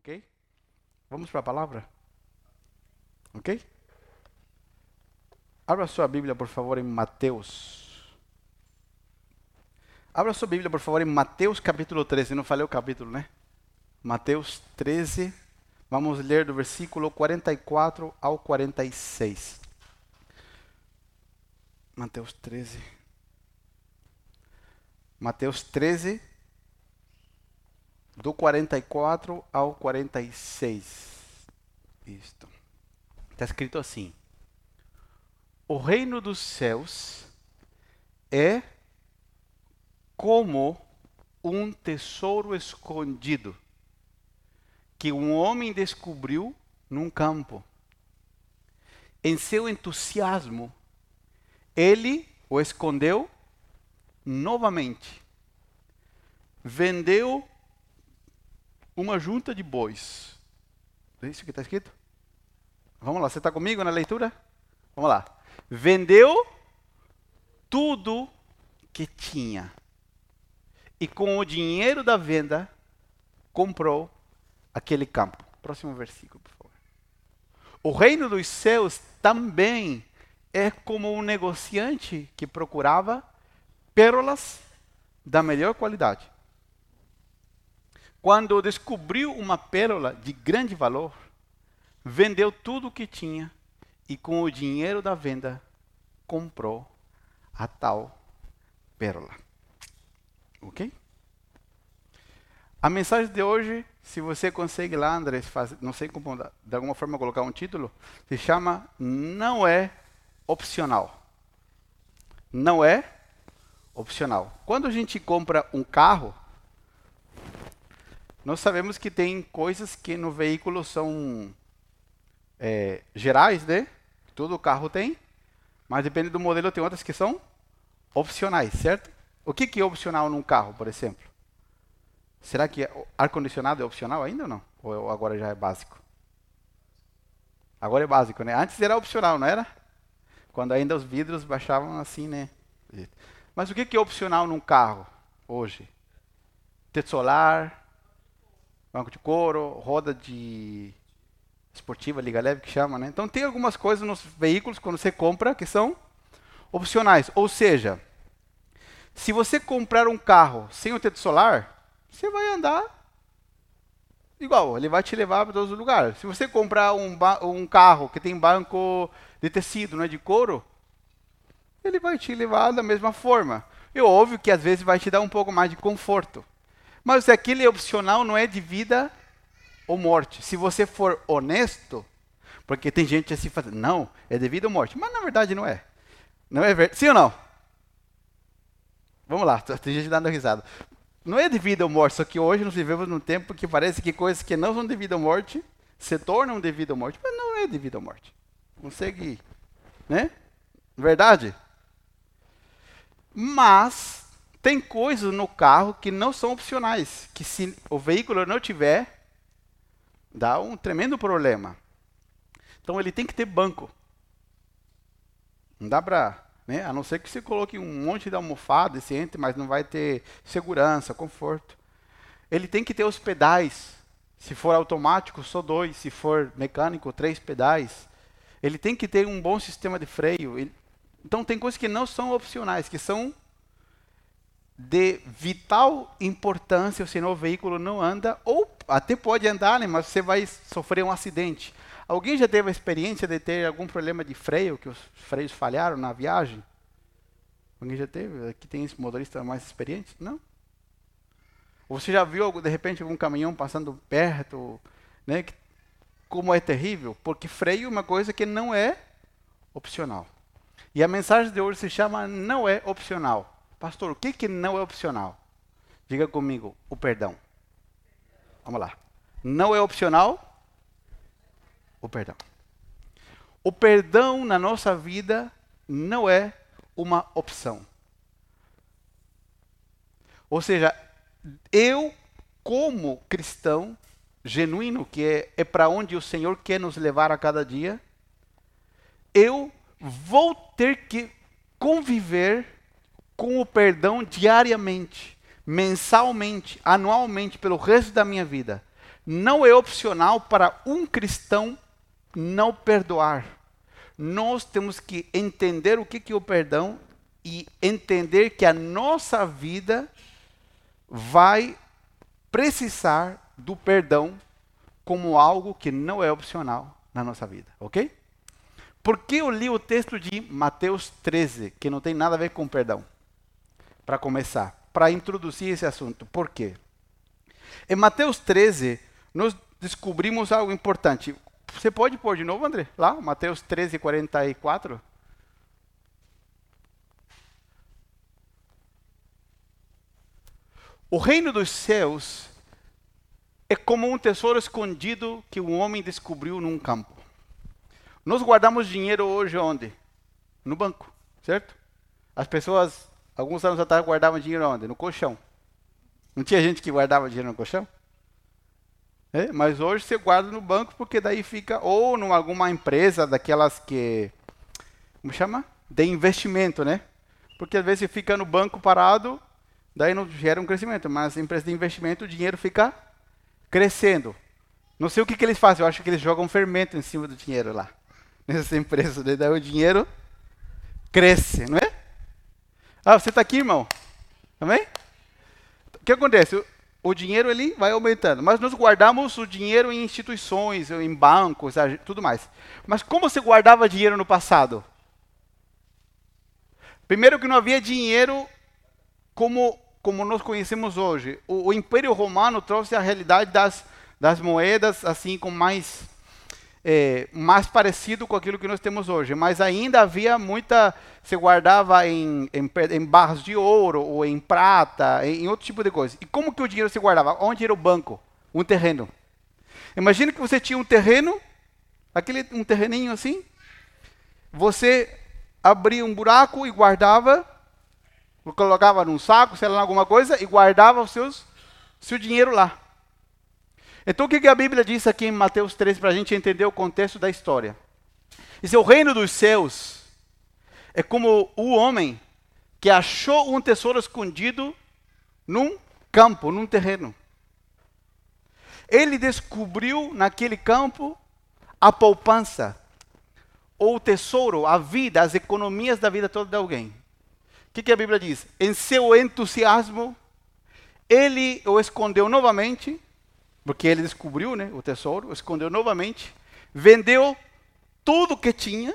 Ok? Vamos para a palavra? Ok? Abra sua Bíblia, por favor, em Mateus. Abra sua Bíblia, por favor, em Mateus capítulo 13. Não falei o capítulo, né? Mateus 13. Vamos ler do versículo 44 ao 46. Mateus 13. Mateus 13, do 44 ao 46. Isto. Está escrito assim: o reino dos céus é como um tesouro escondido que um homem descobriu num campo. Em seu entusiasmo, ele o escondeu novamente. Vendeu uma junta de bois. É isso que está escrito? Vamos lá, você está comigo na leitura? Vamos lá. Vendeu tudo que tinha. E com o dinheiro da venda, comprou aquele campo. Próximo versículo, por favor. O reino dos céus também é como um negociante que procurava pérolas da melhor qualidade. Quando descobriu uma pérola de grande valor, vendeu tudo o que tinha e com o dinheiro da venda comprou a tal pérola. Ok? A mensagem de hoje, se você consegue lá, André, não sei como, de alguma forma colocar um título, se chama Não é Opcional. Não é opcional. Quando a gente compra um carro, nós sabemos que tem coisas que no veículo são gerais, né? Todo carro tem, mas depende do modelo, tem outras que são opcionais, certo? O que é opcional num carro, por exemplo? Será que ar-condicionado é opcional ainda ou não? Ou agora já é básico? Agora é básico, né? Antes era opcional, não era? Quando ainda os vidros baixavam assim, né? Mas o que é opcional num carro hoje? Teto solar, banco de couro, roda de esportiva, liga leve que chama, né? Então tem algumas coisas nos veículos quando você compra que são opcionais. Ou seja, se você comprar um carro sem o teto solar, você vai andar igual, ele vai te levar para todos os lugares. Se você comprar um carro que tem banco de tecido, não é de couro, ele vai te levar da mesma forma. É óbvio que às vezes vai te dar um pouco mais de conforto. Mas se aquele opcional não é de vida ou morte. Se você for honesto, porque tem gente assim fazendo, não, é de vida ou morte. Mas na verdade não é. Não é verdade. Sim ou não? Vamos lá, tem gente dando risada. Não é de vida ou morte, só que hoje nós vivemos num tempo que parece que coisas que não são de vida ou morte se tornam de vida ou morte, mas não é de vida ou morte. Consegue, né? Verdade? Mas tem coisas no carro que não são opcionais, que se o veículo não tiver, dá um tremendo problema. Então ele tem que ter banco. Não dá para, né? A não ser que você coloque um monte de almofada e entre, mas não vai ter segurança, conforto. Ele tem que ter os pedais. Se for automático, só 2. Se for mecânico, 3 pedais. Ele tem que ter um bom sistema de freio. Então tem coisas que não são opcionais, que são de vital importância, senão o veículo não anda, ou até pode andar, né, mas você vai sofrer um acidente. Alguém já teve a experiência de ter algum problema de freio, que os freios falharam na viagem? Alguém já teve? Aqui tem esse motorista mais experiente? Não? Ou você já viu, de repente, algum caminhão passando perto, né, como é terrível? Porque freio é uma coisa que não é opcional. E a mensagem de hoje se chama Não é Opcional. Pastor, o que não é opcional? Diga comigo, o perdão. Vamos lá. Não é opcional? O perdão. O perdão na nossa vida não é uma opção. Ou seja, eu, como cristão genuíno, que é para onde o Senhor quer nos levar a cada dia, eu vou ter que conviver com o perdão diariamente, mensalmente, anualmente, pelo resto da minha vida. Não é opcional para um cristão não perdoar. Nós temos que entender o que é o perdão e entender que a nossa vida vai precisar do perdão como algo que não é opcional na nossa vida, ok? Por que eu li o texto de Mateus 13, que não tem nada a ver com perdão? Para começar, para introduzir esse assunto. Por quê? Em Mateus 13, nós descobrimos algo importante. Você pode pôr de novo, André? Lá, Mateus 13, 44. O reino dos céus é como um tesouro escondido que um homem descobriu num campo. Nós guardamos dinheiro hoje onde? No banco, certo? As pessoas, alguns anos atrás, guardavam dinheiro onde? No colchão. Não tinha gente que guardava dinheiro no colchão? Mas hoje você guarda no banco porque daí fica, ou em alguma empresa daquelas que, como chama? De investimento, né? Porque às vezes você fica no banco parado, daí não gera um crescimento, mas em empresa de investimento o dinheiro fica crescendo. Não sei o que eles fazem, eu acho que eles jogam fermento em cima do dinheiro lá. Nessa empresa, daí o dinheiro cresce, não é? Ah, você está aqui, irmão? Também? O que acontece? O dinheiro ele vai aumentando, mas nós guardamos o dinheiro em instituições, em bancos, tudo mais. Mas como você guardava dinheiro no passado? Primeiro que não havia dinheiro como nós conhecemos hoje. O Império Romano trouxe a realidade das moedas assim com mais parecido com aquilo que nós temos hoje, mas ainda havia muita, se guardava em barras de ouro, ou em prata, em outro tipo de coisa. E como que o dinheiro se guardava? Onde era o banco? Um terreno. Imagina que você tinha um terreno, um terreninho assim, você abria um buraco e guardava, colocava num saco, sei lá, alguma coisa, e guardava o seu dinheiro lá. Então o que a Bíblia diz aqui em Mateus 13 para a gente entender o contexto da história? Diz: o reino dos céus é como o homem que achou um tesouro escondido num campo, num terreno. Ele descobriu naquele campo a poupança, ou o tesouro, a vida, as economias da vida toda de alguém. O que a Bíblia diz? Em seu entusiasmo, ele o escondeu novamente, porque ele descobriu, né, o tesouro, escondeu novamente, vendeu tudo que tinha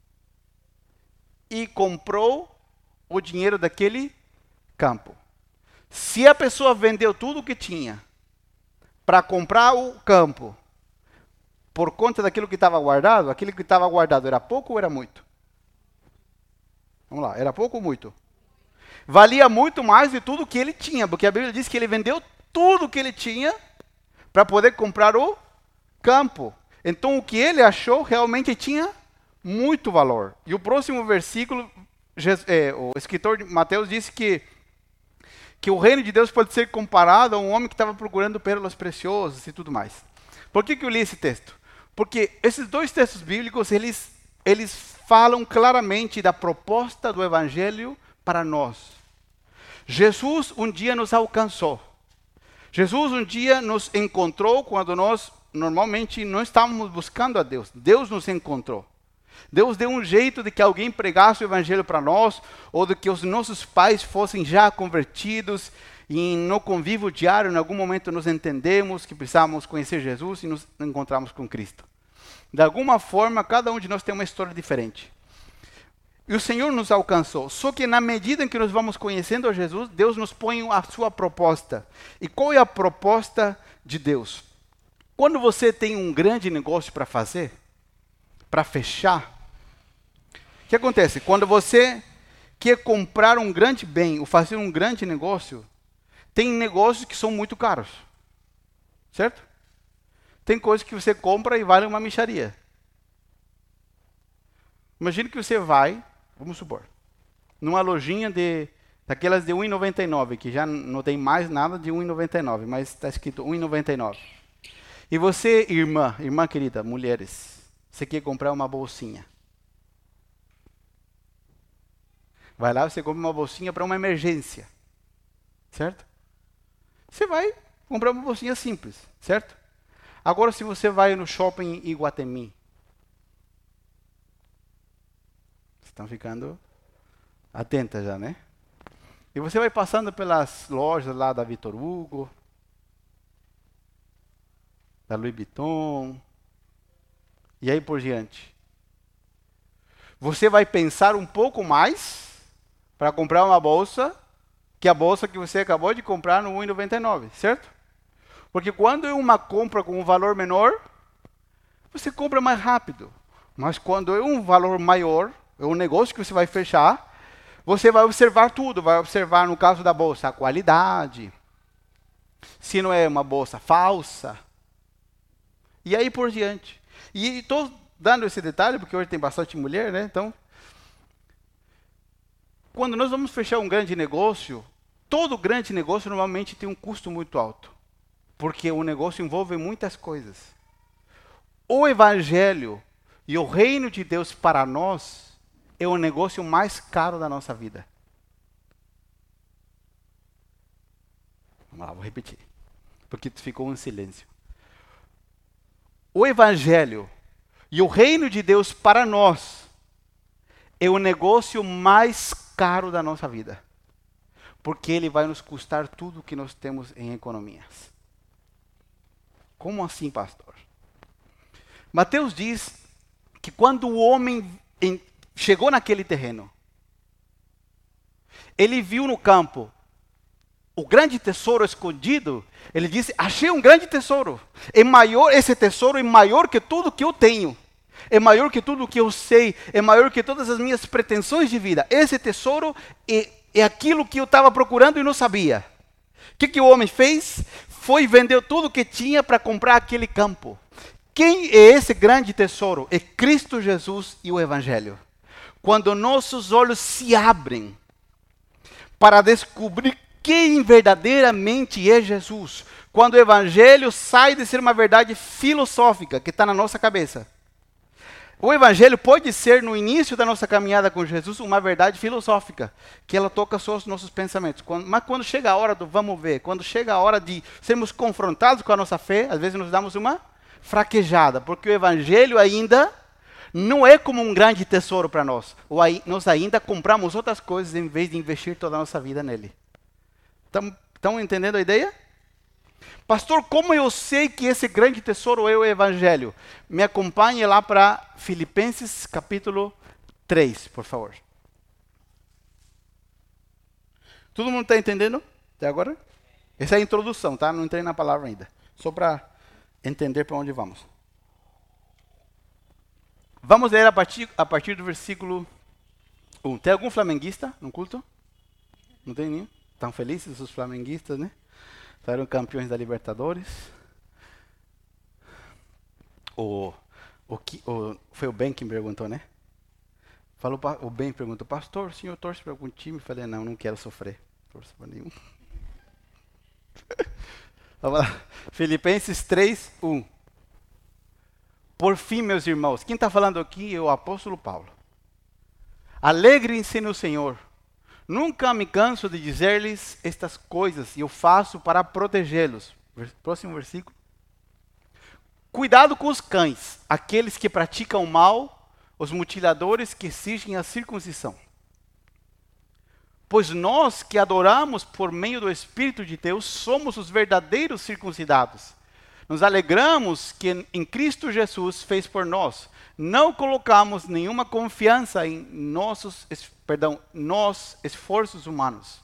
e comprou o dinheiro daquele campo. Se a pessoa vendeu tudo que tinha para comprar o campo, por conta daquilo que estava guardado, aquilo que estava guardado era pouco ou era muito? Vamos lá, era pouco ou muito? Valia muito mais de tudo que ele tinha, porque a Bíblia diz que ele vendeu tudo que ele tinha para poder comprar o campo. Então, o que ele achou realmente tinha muito valor. E o próximo versículo, o escritor de Mateus disse que o reino de Deus pode ser comparado a um homem que estava procurando pérolas preciosas e tudo mais. Por que eu li esse texto? Porque esses dois textos bíblicos, eles falam claramente da proposta do evangelho para nós. Jesus um dia nos alcançou. Jesus um dia nos encontrou quando nós normalmente não estávamos buscando a Deus. Deus nos encontrou. Deus deu um jeito de que alguém pregasse o evangelho para nós, ou de que os nossos pais fossem já convertidos, e no convívio diário, em algum momento nos entendemos que precisávamos conhecer Jesus e nos encontramos com Cristo. De alguma forma, cada um de nós tem uma história diferente. E o Senhor nos alcançou. Só que na medida em que nós vamos conhecendo a Jesus, Deus nos põe a sua proposta. E qual é a proposta de Deus? Quando você tem um grande negócio para fazer, para fechar, o que acontece? Quando você quer comprar um grande bem ou fazer um grande negócio, tem negócios que são muito caros. Certo? Tem coisas que você compra e vale uma mixaria. Imagine que você vai, vamos supor, numa lojinha daquelas de R$1,99, que já não tem mais nada de R$1,99, mas está escrito R$1,99. E você, irmã querida, mulheres, você quer comprar uma bolsinha. Vai lá, você compra uma bolsinha para uma emergência. Certo? Você vai comprar uma bolsinha simples, certo? Agora, se você vai no shopping em Iguatemi, vocês estão ficando atentas já, né? E você vai passando pelas lojas lá da Victor Hugo, da Louis Vuitton, e aí por diante. Você vai pensar um pouco mais para comprar uma bolsa que a bolsa que você acabou de comprar no 1,99, certo? Porque quando é uma compra com um valor menor, você compra mais rápido. Mas quando é um valor maior, é um negócio que você vai fechar, você vai observar tudo. Vai observar, no caso da bolsa, a qualidade. Se não é uma bolsa falsa. E aí por diante. E estou dando esse detalhe, porque hoje tem bastante mulher, né? Então, quando nós vamos fechar um grande negócio, todo grande negócio normalmente tem um custo muito alto. Porque o negócio envolve muitas coisas. O Evangelho e o reino de Deus para nós é o negócio mais caro da nossa vida. Vamos lá, vou repetir. Porque ficou um silêncio. O Evangelho e o reino de Deus para nós é o negócio mais caro da nossa vida. Porque ele vai nos custar tudo o que nós temos em economias. Como assim, pastor? Mateus diz que quando o homem chegou naquele terreno, ele viu no campo o grande tesouro escondido. Ele disse: achei um grande tesouro. É maior, esse tesouro é maior que tudo que eu tenho. É maior que tudo que eu sei. É maior que todas as minhas pretensões de vida. Esse tesouro é aquilo que eu estava procurando e não sabia. O que o homem fez? Foi vender tudo que tinha para comprar aquele campo. Quem é esse grande tesouro? É Cristo Jesus e o Evangelho. Quando nossos olhos se abrem para descobrir quem verdadeiramente é Jesus, quando o Evangelho sai de ser uma verdade filosófica que está na nossa cabeça. O Evangelho pode ser, no início da nossa caminhada com Jesus, uma verdade filosófica, que ela toca só os nossos pensamentos. Mas quando chega a hora do vamos ver, quando chega a hora de sermos confrontados com a nossa fé, às vezes nos damos uma fraquejada, porque o Evangelho ainda não é como um grande tesouro para nós. Nós ainda compramos outras coisas em vez de investir toda a nossa vida nele. Estão entendendo a ideia? Pastor, como eu sei que esse grande tesouro é o Evangelho? Me acompanhe lá para Filipenses capítulo 3, por favor. Todo mundo está entendendo até agora? Essa é a introdução, tá? Não entrei na palavra ainda. Só para entender para onde vamos. Vamos ler a partir do versículo 1. Tem algum flamenguista no culto? Não tem nenhum? Estão felizes os flamenguistas, né? Saíram campeões da Libertadores. Foi o Ben que me perguntou, né? O Ben perguntou: pastor, o senhor torce para algum time? Eu falei: não quero sofrer. Torço para nenhum. Vamos lá. Filipenses 3, 1. Por fim, meus irmãos, quem está falando aqui é o apóstolo Paulo. Alegrem-se no Senhor. Nunca me canso de dizer-lhes estas coisas, e eu faço para protegê-los. Próximo versículo. Cuidado com os cães, aqueles que praticam o mal, os mutiladores que exigem a circuncisão. Pois nós que adoramos por meio do Espírito de Deus, somos os verdadeiros circuncidados. Nos alegramos que em Cristo Jesus fez por nós. Não colocamos nenhuma confiança em nossos esforços humanos.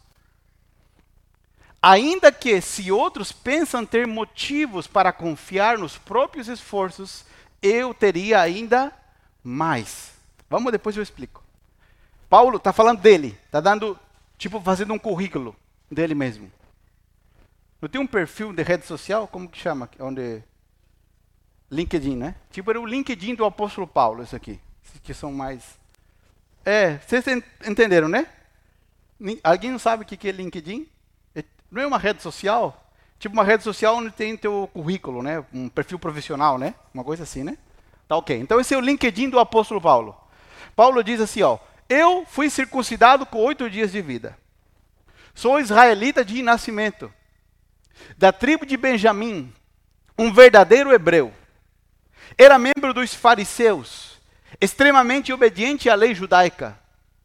Ainda que se outros pensam ter motivos para confiar nos próprios esforços, eu teria ainda mais. Depois eu explico. Paulo está falando dele, está dando, fazendo um currículo dele mesmo. Não tem um perfil de rede social, como que chama? Onde LinkedIn, né? Era o LinkedIn do apóstolo Paulo, isso aqui. Esses que são mais... vocês entenderam, né? Alguém não sabe o que é LinkedIn? Não é uma rede social? Uma rede social onde tem teu currículo, né? Um perfil profissional, né? Uma coisa assim, né? Tá ok. Então esse é o LinkedIn do apóstolo Paulo. Paulo diz assim, eu fui circuncidado com 8 dias de vida. Sou israelita de nascimento. Da tribo de Benjamim. um verdadeiro hebreu. Era membro dos fariseus, extremamente obediente à lei judaica.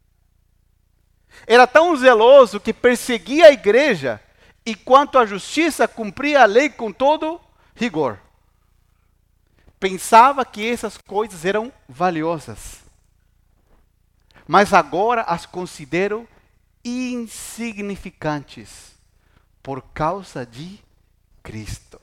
Era tão zeloso que perseguia a igreja e, quanto à justiça, cumpria a lei com todo rigor. Pensava que essas coisas eram valiosas, mas agora as considero insignificantes por causa de Cristo.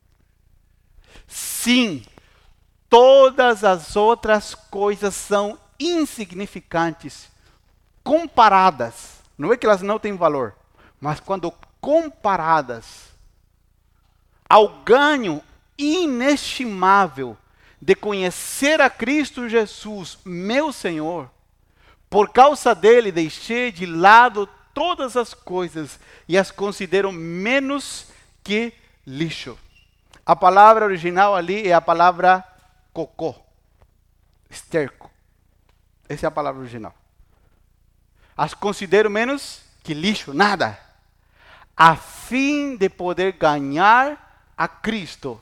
Sim, todas as outras coisas são insignificantes comparadas. Não é que elas não têm valor, mas quando comparadas ao ganho inestimável de conhecer a Cristo Jesus, meu Senhor, por causa dele deixei de lado todas as coisas e as considero menos que lixo. A palavra original ali é a palavra cocô, esterco. Essa é a palavra original. As considero menos que lixo, nada, a fim de poder ganhar a Cristo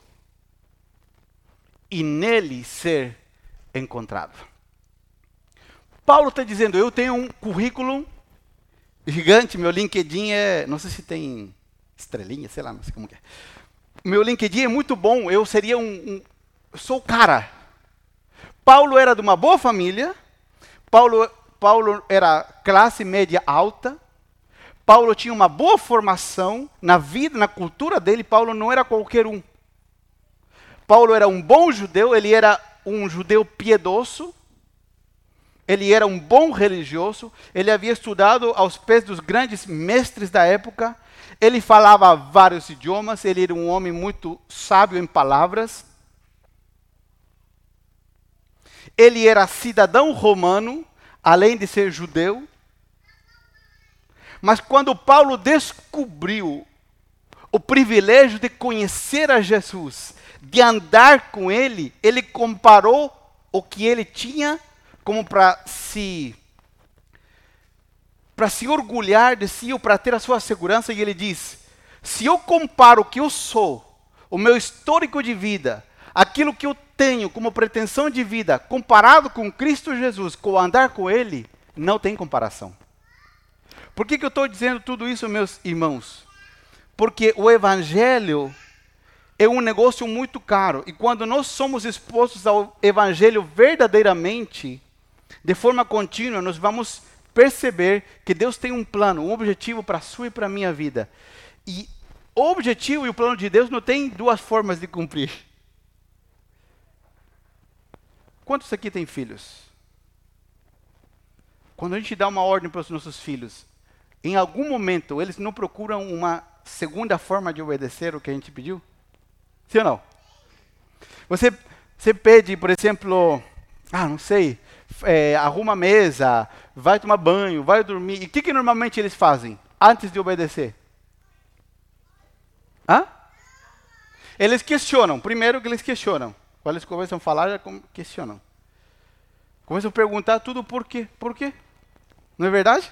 e nele ser encontrado. Paulo está dizendo, eu tenho um currículo gigante, meu LinkedIn é, não sei se tem estrelinha, sei lá, não sei como que é. Meu LinkedIn é muito bom, eu seria sou o cara. Paulo era de uma boa família, Paulo era classe média alta, Paulo tinha uma boa formação na vida, na cultura dele. Paulo não era qualquer um. Paulo era um bom judeu, ele era um judeu piedoso, ele era um bom religioso, ele havia estudado aos pés dos grandes mestres da época, ele falava vários idiomas, ele era um homem muito sábio em palavras. Ele era cidadão romano, além de ser judeu. Mas quando Paulo descobriu o privilégio de conhecer a Jesus, de andar com ele, ele comparou o que ele tinha como para se orgulhar de si ou para ter a sua segurança, e ele diz, se eu comparo o que eu sou, o meu histórico de vida, aquilo que eu tenho como pretensão de vida, comparado com Cristo Jesus, com andar com ele, não tem comparação. Por que eu estou dizendo tudo isso, meus irmãos? Porque o Evangelho é um negócio muito caro. E quando nós somos expostos ao Evangelho verdadeiramente, de forma contínua, nós vamos perceber que Deus tem um plano, um objetivo para a sua e para a minha vida. E o objetivo e o plano de Deus não tem duas formas de cumprir. Quantos aqui têm filhos? Quando a gente dá uma ordem para os nossos filhos, em algum momento eles não procuram uma segunda forma de obedecer o que a gente pediu? Sim ou não? Você pede, por exemplo, não sei, arruma a mesa, vai tomar banho, vai dormir. E o que normalmente eles fazem antes de obedecer? Eles questionam. Primeiro que eles questionam. Quando eles começam a falar, já questionam. Começam a perguntar tudo por quê. Por quê? Não é verdade?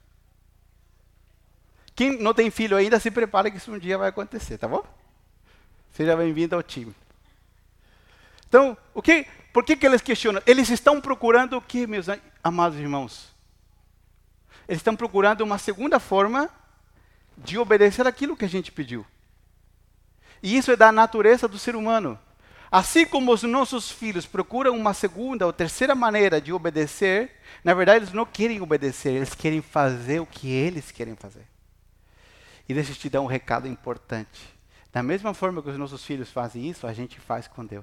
Quem não tem filho ainda, se prepara que isso um dia vai acontecer, tá bom? Seja bem-vindo ao time. Então, por que eles questionam? Eles estão procurando o que, meus amados irmãos? Eles estão procurando uma segunda forma de obedecer aquilo que a gente pediu. E isso é da natureza do ser humano. Assim como os nossos filhos procuram uma segunda ou terceira maneira de obedecer, na verdade eles não querem obedecer, eles querem fazer o que eles querem fazer. E deixa eu te dar um recado importante. Da mesma forma que os nossos filhos fazem isso, a gente faz com Deus.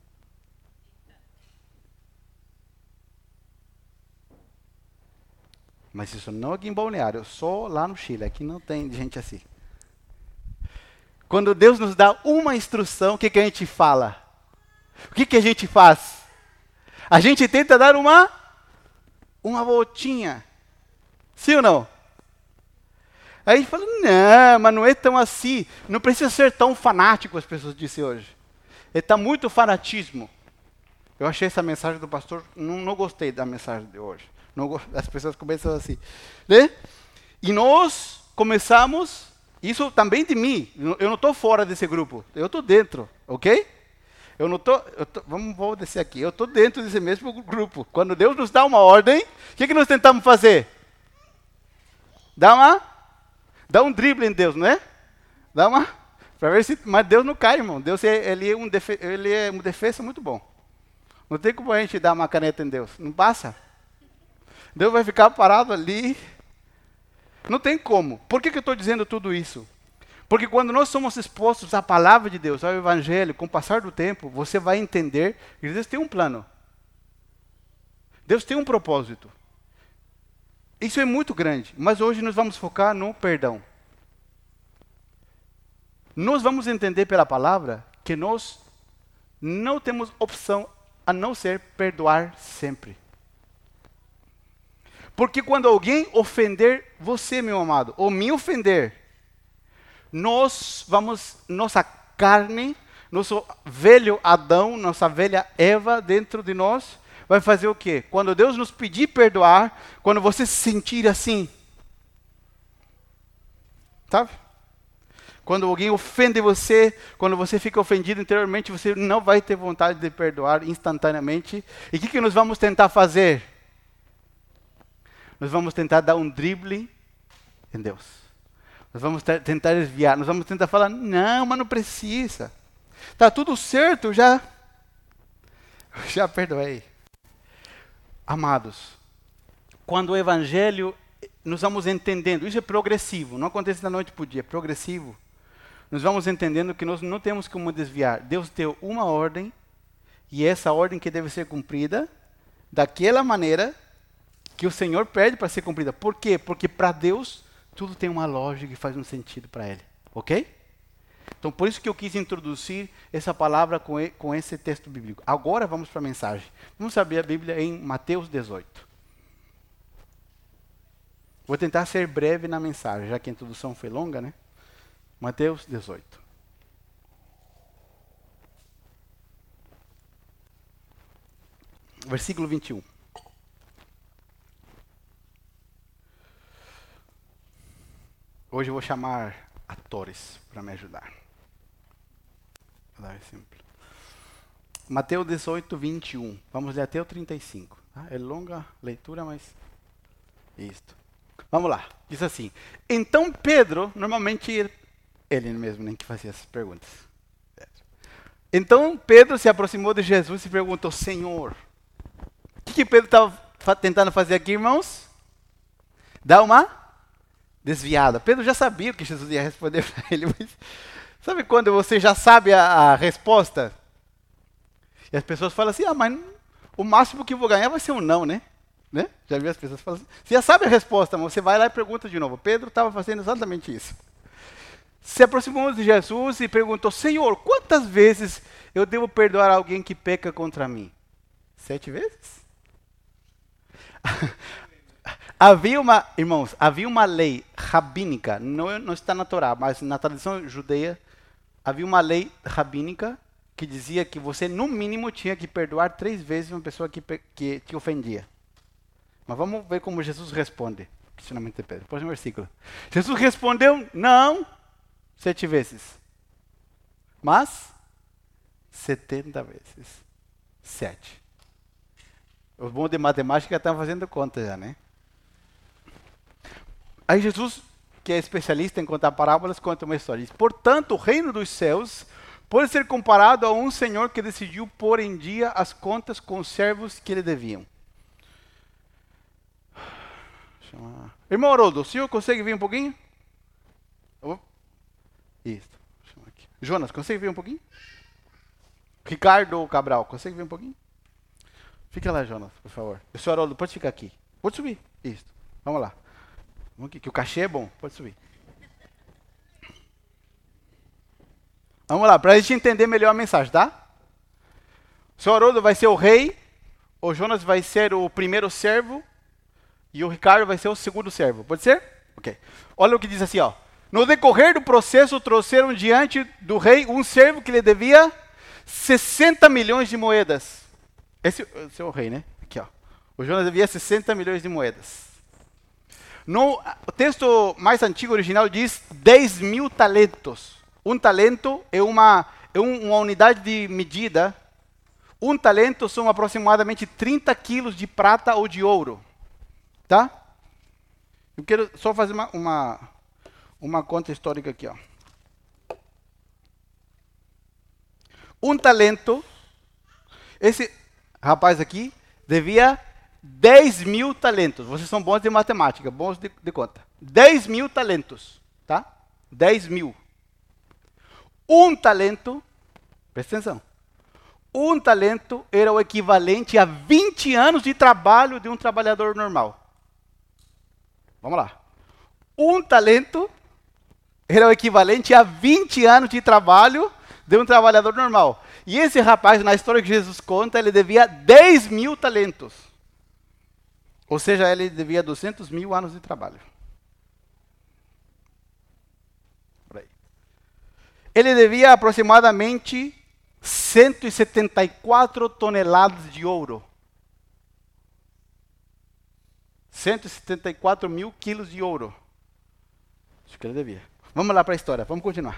Mas isso não aqui em Balneário, só lá no Chile, aqui não tem gente assim. Quando Deus nos dá uma instrução, o que a gente fala? O que a gente faz? A gente tenta dar uma voltinha. Sim ou não? Aí a gente fala, não, mas não é tão assim. Não precisa ser tão fanático, as pessoas dizem hoje. Está muito fanatismo. Eu achei essa mensagem do pastor, não gostei da mensagem de hoje. As pessoas começam assim. Né? E nós começamos, Isso também de mim. Eu não estou fora desse grupo. Eu estou dentro, ok? Eu não estou. Vou descer aqui. Eu estou dentro desse mesmo grupo. Quando Deus nos dá uma ordem, o que nós tentamos fazer? Dá um drible em Deus, não é? Para ver se. Mas Deus não cai, irmão. Deus ele é um defesa muito bom. Não tem como a gente dar uma caneta em Deus. Não passa. Deus vai ficar parado ali. Não tem como. Por que eu estou dizendo tudo isso? Porque quando nós somos expostos à palavra de Deus, ao Evangelho, com o passar do tempo, você vai entender que Deus tem um plano. Deus tem um propósito. Isso é muito grande. Mas hoje nós vamos focar no perdão. Nós vamos entender pela palavra que nós não temos opção a não ser perdoar sempre. Porque quando alguém ofender você, meu amado, ou me ofender, nossa carne, nosso velho Adão, nossa velha Eva dentro de nós, vai fazer o quê? Quando Deus nos pedir perdoar, quando você se sentir assim, sabe? Quando alguém ofende você, quando você fica ofendido interiormente, você não vai ter vontade de perdoar instantaneamente. E o que nós vamos tentar fazer? Nós vamos tentar dar um drible em Deus. Nós vamos tentar desviar. Nós vamos tentar falar, não, mas não precisa. Está tudo certo, já perdoei. Amados, quando o Evangelho, nós vamos entendendo, isso é progressivo, não acontece da noite para o dia, é progressivo. Nós vamos entendendo que nós não temos como desviar. Deus deu uma ordem, e essa ordem que deve ser cumprida, daquela maneira que o Senhor pede para ser cumprida. Por quê? Porque para Deus, tudo tem uma lógica e faz um sentido para Ele. Ok? Então, por isso que eu quis introduzir essa palavra com esse texto bíblico. Agora vamos para a mensagem. Vamos abrir a Bíblia em Mateus 18. Vou tentar ser breve na mensagem, já que a introdução foi longa, né? Mateus 18. Versículo 21. Hoje eu vou chamar atores para me ajudar. Vou dar exemplo. Mateus 18, 21. Vamos ler até o 35. Tá? É longa leitura, mas... Isto. Vamos lá. Diz assim. Então Pedro, normalmente ele mesmo nem que fazia essas perguntas. Então Pedro se aproximou de Jesus e perguntou, Senhor, o que Pedro estava tentando fazer aqui, irmãos? Dá uma desviada. Pedro já sabia o que Jesus ia responder para ele, mas sabe quando você já sabe a resposta? E as pessoas falam assim, mas o máximo que eu vou ganhar vai ser um não, né? Já vi as pessoas falando assim. Você já sabe a resposta, mas você vai lá e pergunta de novo. Pedro estava fazendo exatamente isso. Se aproximou de Jesus e perguntou, Senhor, quantas vezes eu devo perdoar alguém que peca contra mim? 7 vezes? Irmãos, havia uma lei rabínica, não está na Torá, mas na tradição judeia, havia uma lei rabínica que dizia que você, no mínimo, tinha que perdoar 3 vezes uma pessoa que te ofendia. Mas vamos ver como Jesus responde. Questionamento de Pedro. Próximo versículo. Jesus respondeu, não 7 vezes, mas 70 vezes 7. Os bons de matemática estão fazendo conta já, né? Aí Jesus, que é especialista em contar parábolas, conta uma história. Diz, portanto, o reino dos céus pode ser comparado a um senhor que decidiu pôr em dia as contas com os servos que lhe deviam. Irmão Haroldo, o senhor consegue vir um pouquinho? Isso. Aqui. Jonas, consegue vir um pouquinho? Ricardo Cabral, consegue vir um pouquinho? Fica lá, Jonas, por favor. O senhor Haroldo, pode ficar aqui. Pode subir. Isso. Vamos lá. Vamos aqui, que o cachê é bom. Pode subir. Vamos lá, para a gente entender melhor a mensagem, tá? O senhor Haroldo vai ser o rei, o Jonas vai ser o primeiro servo e o Ricardo vai ser o segundo servo. Pode ser? Ok. Olha o que diz assim, ó. No decorrer do processo, trouxeram diante do rei um servo que lhe devia 60 milhões de moedas. Esse é o rei, né? Aqui, ó. O Jonas devia 60 milhões de moedas. O texto mais antigo original diz 10.000 talentos. Um talento é uma unidade de medida. Um talento são aproximadamente 30 quilos de prata ou de ouro. Tá? Eu quero só fazer uma conta histórica aqui. Ó. Um talento, esse rapaz aqui devia 10.000 talentos. Vocês são bons de matemática, bons de conta. 10.000 talentos, tá? 10.000. Um talento, presta atenção. Um talento era o equivalente a 20 anos de trabalho de um trabalhador normal. Vamos lá. Um talento era o equivalente a 20 anos de trabalho de um trabalhador normal. E esse rapaz, na história que Jesus conta, ele devia 10.000 talentos. Ou seja, ele devia 200.000 anos de trabalho. Por aí. Ele devia aproximadamente 174 toneladas de ouro. 174 mil quilos de ouro. Isso que ele devia. Vamos lá para a história, vamos continuar.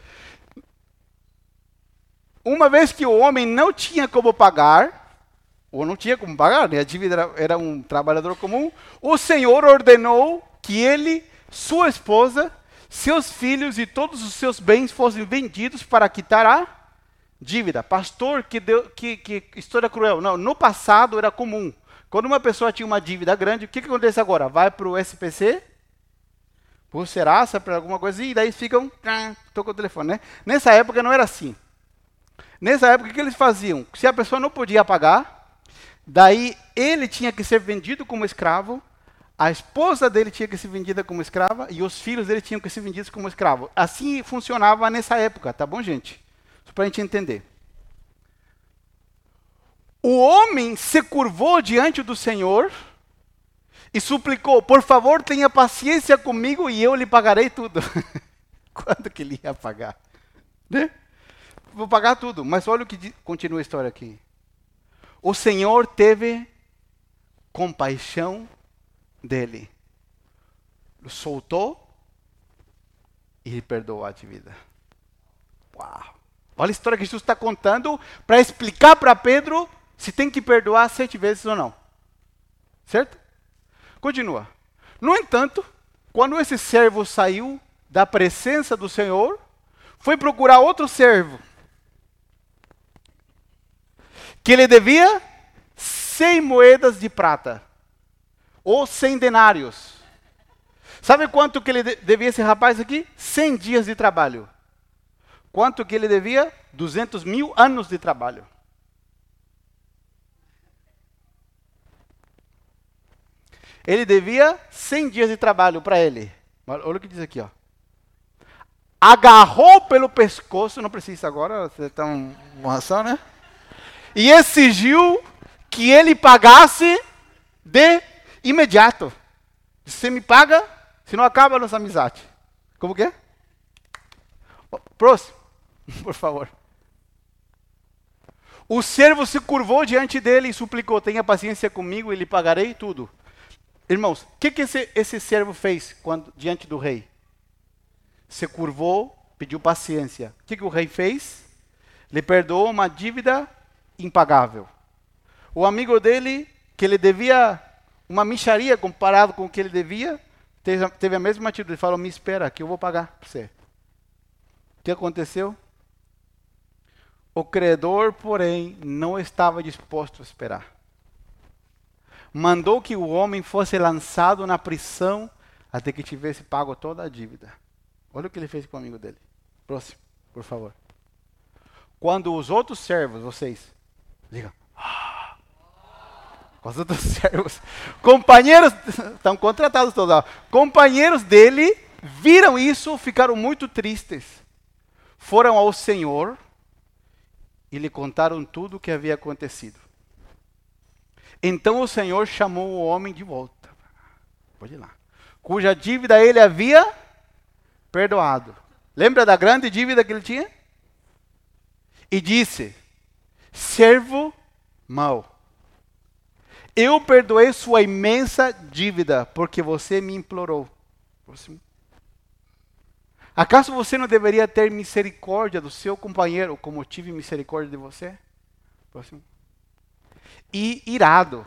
Uma vez que o homem não tinha como pagar, ou não tinha como pagar, né? A dívida era um trabalhador comum, o Senhor ordenou que ele, sua esposa, seus filhos e todos os seus bens fossem vendidos para quitar a dívida. Pastor, que história cruel. Não, no passado era comum. Quando uma pessoa tinha uma dívida grande, o que acontece agora? Vai para o SPC, por Serasa, para alguma coisa, e daí ficam, toca o telefone, né? Nessa época não era assim. Nessa época, o que eles faziam? Se a pessoa não podia pagar, daí ele tinha que ser vendido como escravo, a esposa dele tinha que ser vendida como escrava, e os filhos dele tinham que ser vendidos como escravo. Assim funcionava nessa época, tá bom, gente? Só para a gente entender. O homem se curvou diante do Senhor e suplicou, por favor, tenha paciência comigo e eu lhe pagarei tudo. Quando que ele ia pagar? Né? Vou pagar tudo, mas olha o que continua a história aqui. O Senhor teve compaixão dele. O soltou e lhe perdoou a dívida. Uau! Olha a história que Jesus está contando para explicar para Pedro se tem que perdoar 7 vezes ou não. Certo? Continua. No entanto, quando esse servo saiu da presença do Senhor, foi procurar outro servo, que ele devia 100 moedas de prata, ou 100 denários. Sabe quanto que ele devia esse rapaz aqui? 100 dias de trabalho. Quanto que ele devia? 200.000 anos de trabalho. Ele devia 100 dias de trabalho para ele. Olha o que diz aqui, ó. Agarrou pelo pescoço, não precisa agora, você está uma ação, né? E exigiu que ele pagasse de imediato. Você me paga, senão acaba a nossa amizade. Como que é? Próximo, por favor. O servo se curvou diante dele e suplicou, tenha paciência comigo e lhe pagarei tudo. Irmãos, o que esse servo fez diante do rei? Se curvou, pediu paciência. O que o rei fez? Lhe perdoou uma dívida impagável. O amigo dele, que ele devia uma mixaria comparado com o que ele devia, teve a mesma atitude. Ele falou, me espera, que eu vou pagar para você. O que aconteceu? O credor, porém, não estava disposto a esperar. Mandou que o homem fosse lançado na prisão até que tivesse pago toda a dívida. Olha o que ele fez com o amigo dele. Próximo, por favor. Quando os outros servos, vocês, digam, os outros servos, companheiros, estão contratados todos, companheiros dele, viram isso, ficaram muito tristes. Foram ao Senhor e lhe contaram tudo o que havia acontecido. Então o Senhor chamou o homem de volta. Pode ir lá. Cuja dívida ele havia perdoado. Lembra da grande dívida que ele tinha? E disse, servo mau. Eu perdoei sua imensa dívida, porque você me implorou. Próximo. Acaso você não deveria ter misericórdia do seu companheiro, como eu tive misericórdia de você? Próximo. E irado,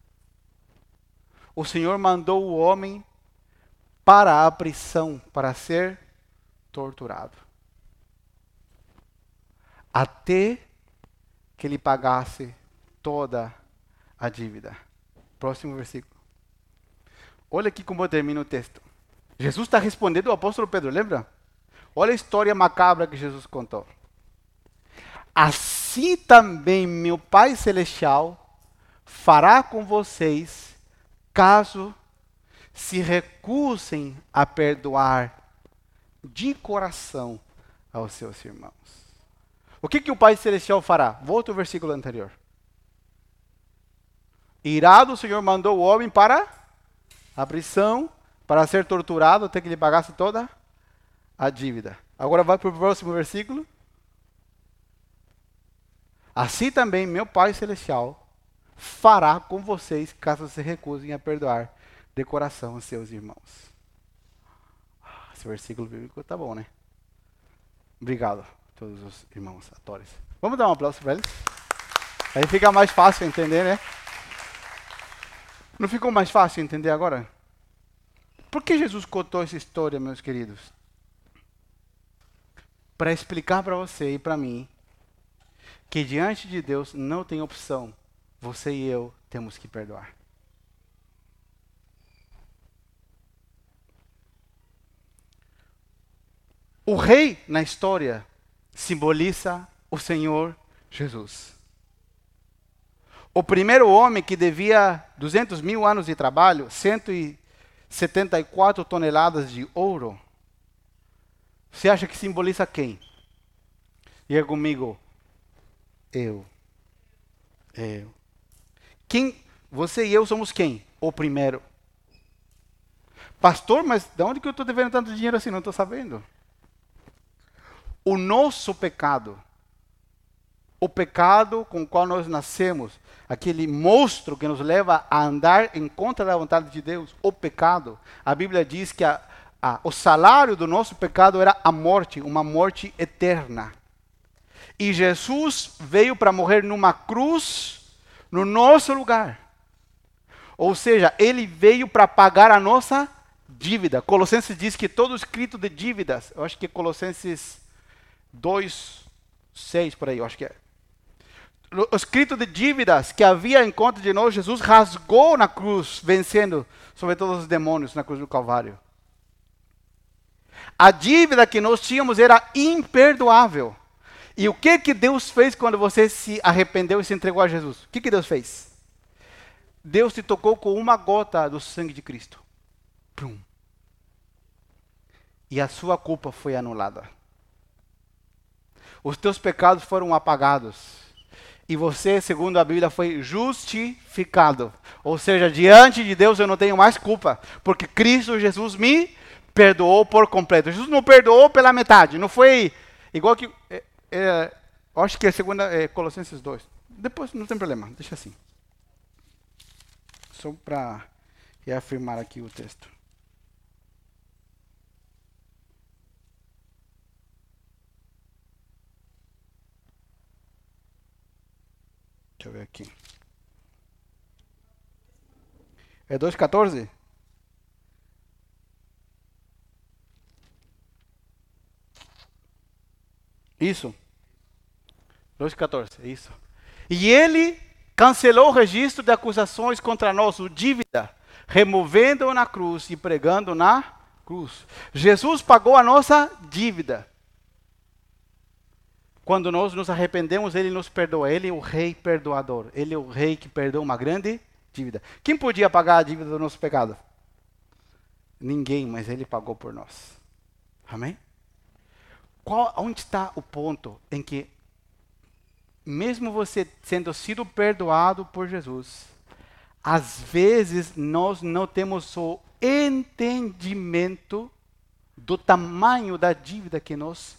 o Senhor mandou o homem para a prisão, para ser torturado, até que ele pagasse toda a dívida. Próximo versículo. Olha aqui como termina o texto. Jesus está respondendo ao apóstolo Pedro, lembra? Olha a história macabra que Jesus contou. Assim também meu Pai Celestial fará com vocês, caso se recusem a perdoar de coração aos seus irmãos. O que o Pai Celestial fará? Volta ao versículo anterior. Irado, o Senhor mandou o homem para a prisão, para ser torturado até que ele pagasse toda a dívida. Agora vai para o próximo versículo. Assim também meu Pai Celestial fará com vocês, caso se recusem a perdoar de coração os seus irmãos. Esse versículo bíblico tá bom, né? Obrigado a todos os irmãos atores. Vamos dar um aplauso para eles? Aí fica mais fácil entender, né? Não ficou mais fácil entender agora? Por que Jesus contou essa história, meus queridos? Para explicar para você e para mim que diante de Deus não tem opção. Você e eu temos que perdoar. O rei na história simboliza o Senhor Jesus. O primeiro homem que devia 200 mil anos de trabalho, 174 toneladas de ouro. Você acha que simboliza quem? Diga comigo. Eu. Quem? Você e eu somos quem? O primeiro. Pastor, mas de onde que eu estou devendo tanto dinheiro assim? Não estou sabendo. O nosso pecado, o pecado com o qual nós nascemos, aquele monstro que nos leva a andar em contra da vontade de Deus, o pecado, a Bíblia diz que o salário do nosso pecado era a morte, uma morte eterna. E Jesus veio para morrer numa cruz, no nosso lugar. Ou seja, ele veio para pagar a nossa dívida. Colossenses diz que todo escrito de dívidas, eu acho que é Colossenses 2:6 por aí, eu acho que é. O escrito de dívidas que havia em conta de nós, Jesus rasgou na cruz, vencendo sobre todos os demônios na cruz do Calvário. A dívida que nós tínhamos era imperdoável. E o que Deus fez quando você se arrependeu e se entregou a Jesus? O que Deus fez? Deus te tocou com uma gota do sangue de Cristo. Pum. E a sua culpa foi anulada. Os teus pecados foram apagados. E você, segundo a Bíblia, foi justificado. Ou seja, diante de Deus eu não tenho mais culpa. Porque Cristo Jesus me perdoou por completo. Jesus não perdoou pela metade. Não foi igual que... eu acho que é Colossenses 2. Depois não tem problema, deixa assim. Só para reafirmar aqui o texto. Deixa eu ver aqui. É 2,14? Isso. 2,14, isso. E ele cancelou o registro de acusações contra nós, o dívida, removendo-o na cruz e pregando na cruz. Jesus pagou a nossa dívida. Quando nós nos arrependemos, ele nos perdoa. Ele é o rei perdoador. Ele é o rei que perdoa uma grande dívida. Quem podia pagar a dívida do nosso pecado? Ninguém, mas ele pagou por nós. Amém? Onde está o ponto em que, mesmo você tendo sido perdoado por Jesus, às vezes nós não temos o entendimento do tamanho da dívida que nós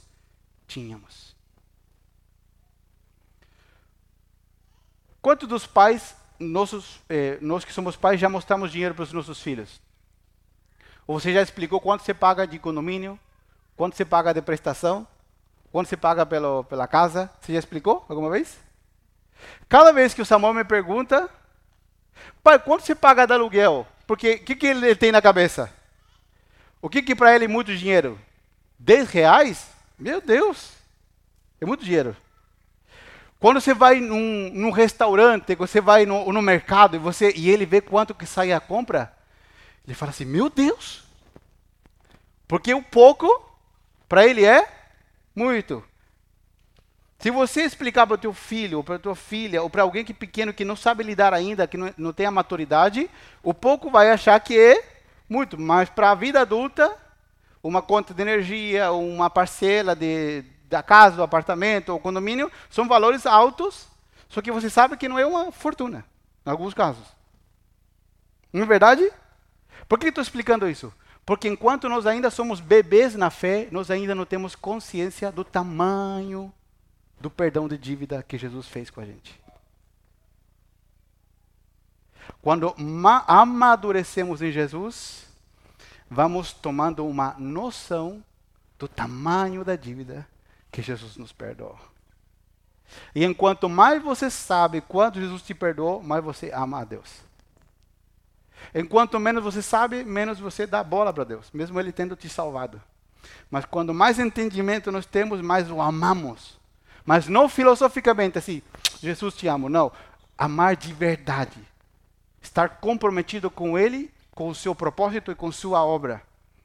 tínhamos. Quantos dos pais nós que somos pais já mostramos dinheiro para os nossos filhos? Ou você já explicou quanto você paga de condomínio, quanto você paga de prestação, quanto você paga pela casa? Você já explicou alguma vez? Cada vez que o Samuel me pergunta, pai, quanto você paga de aluguel? Porque o que ele tem na cabeça? O que para ele é muito dinheiro? 10 reais? Meu Deus, é muito dinheiro. Quando você vai num restaurante, você vai no mercado e ele vê quanto que sai a compra, ele fala assim, meu Deus. Porque o pouco, para ele é muito. Se você explicar para o teu filho, ou para a tua filha, ou para alguém que é pequeno, que não sabe lidar ainda, que não tem a maturidade, o pouco vai achar que é muito. Mas para a vida adulta, uma conta de energia, uma parcela da casa, do apartamento, ou condomínio, são valores altos, só que você sabe que não é uma fortuna, em alguns casos. Não é verdade? Por que estou explicando isso? Porque enquanto nós ainda somos bebês na fé, nós ainda não temos consciência do tamanho do perdão de dívida que Jesus fez com a gente. Quando amadurecemos em Jesus, vamos tomando uma noção do tamanho da dívida que Jesus nos perdoou. E enquanto mais você sabe quanto Jesus te perdoou, mais você ama a Deus. Enquanto menos você sabe, menos você dá bola para Deus, mesmo Ele tendo te salvado. Mas quando mais entendimento nós temos, mais o amamos. Mas não filosoficamente assim, Jesus te amo, não. Amar de verdade. Estar comprometido com Ele, com o seu propósito e com sua obra.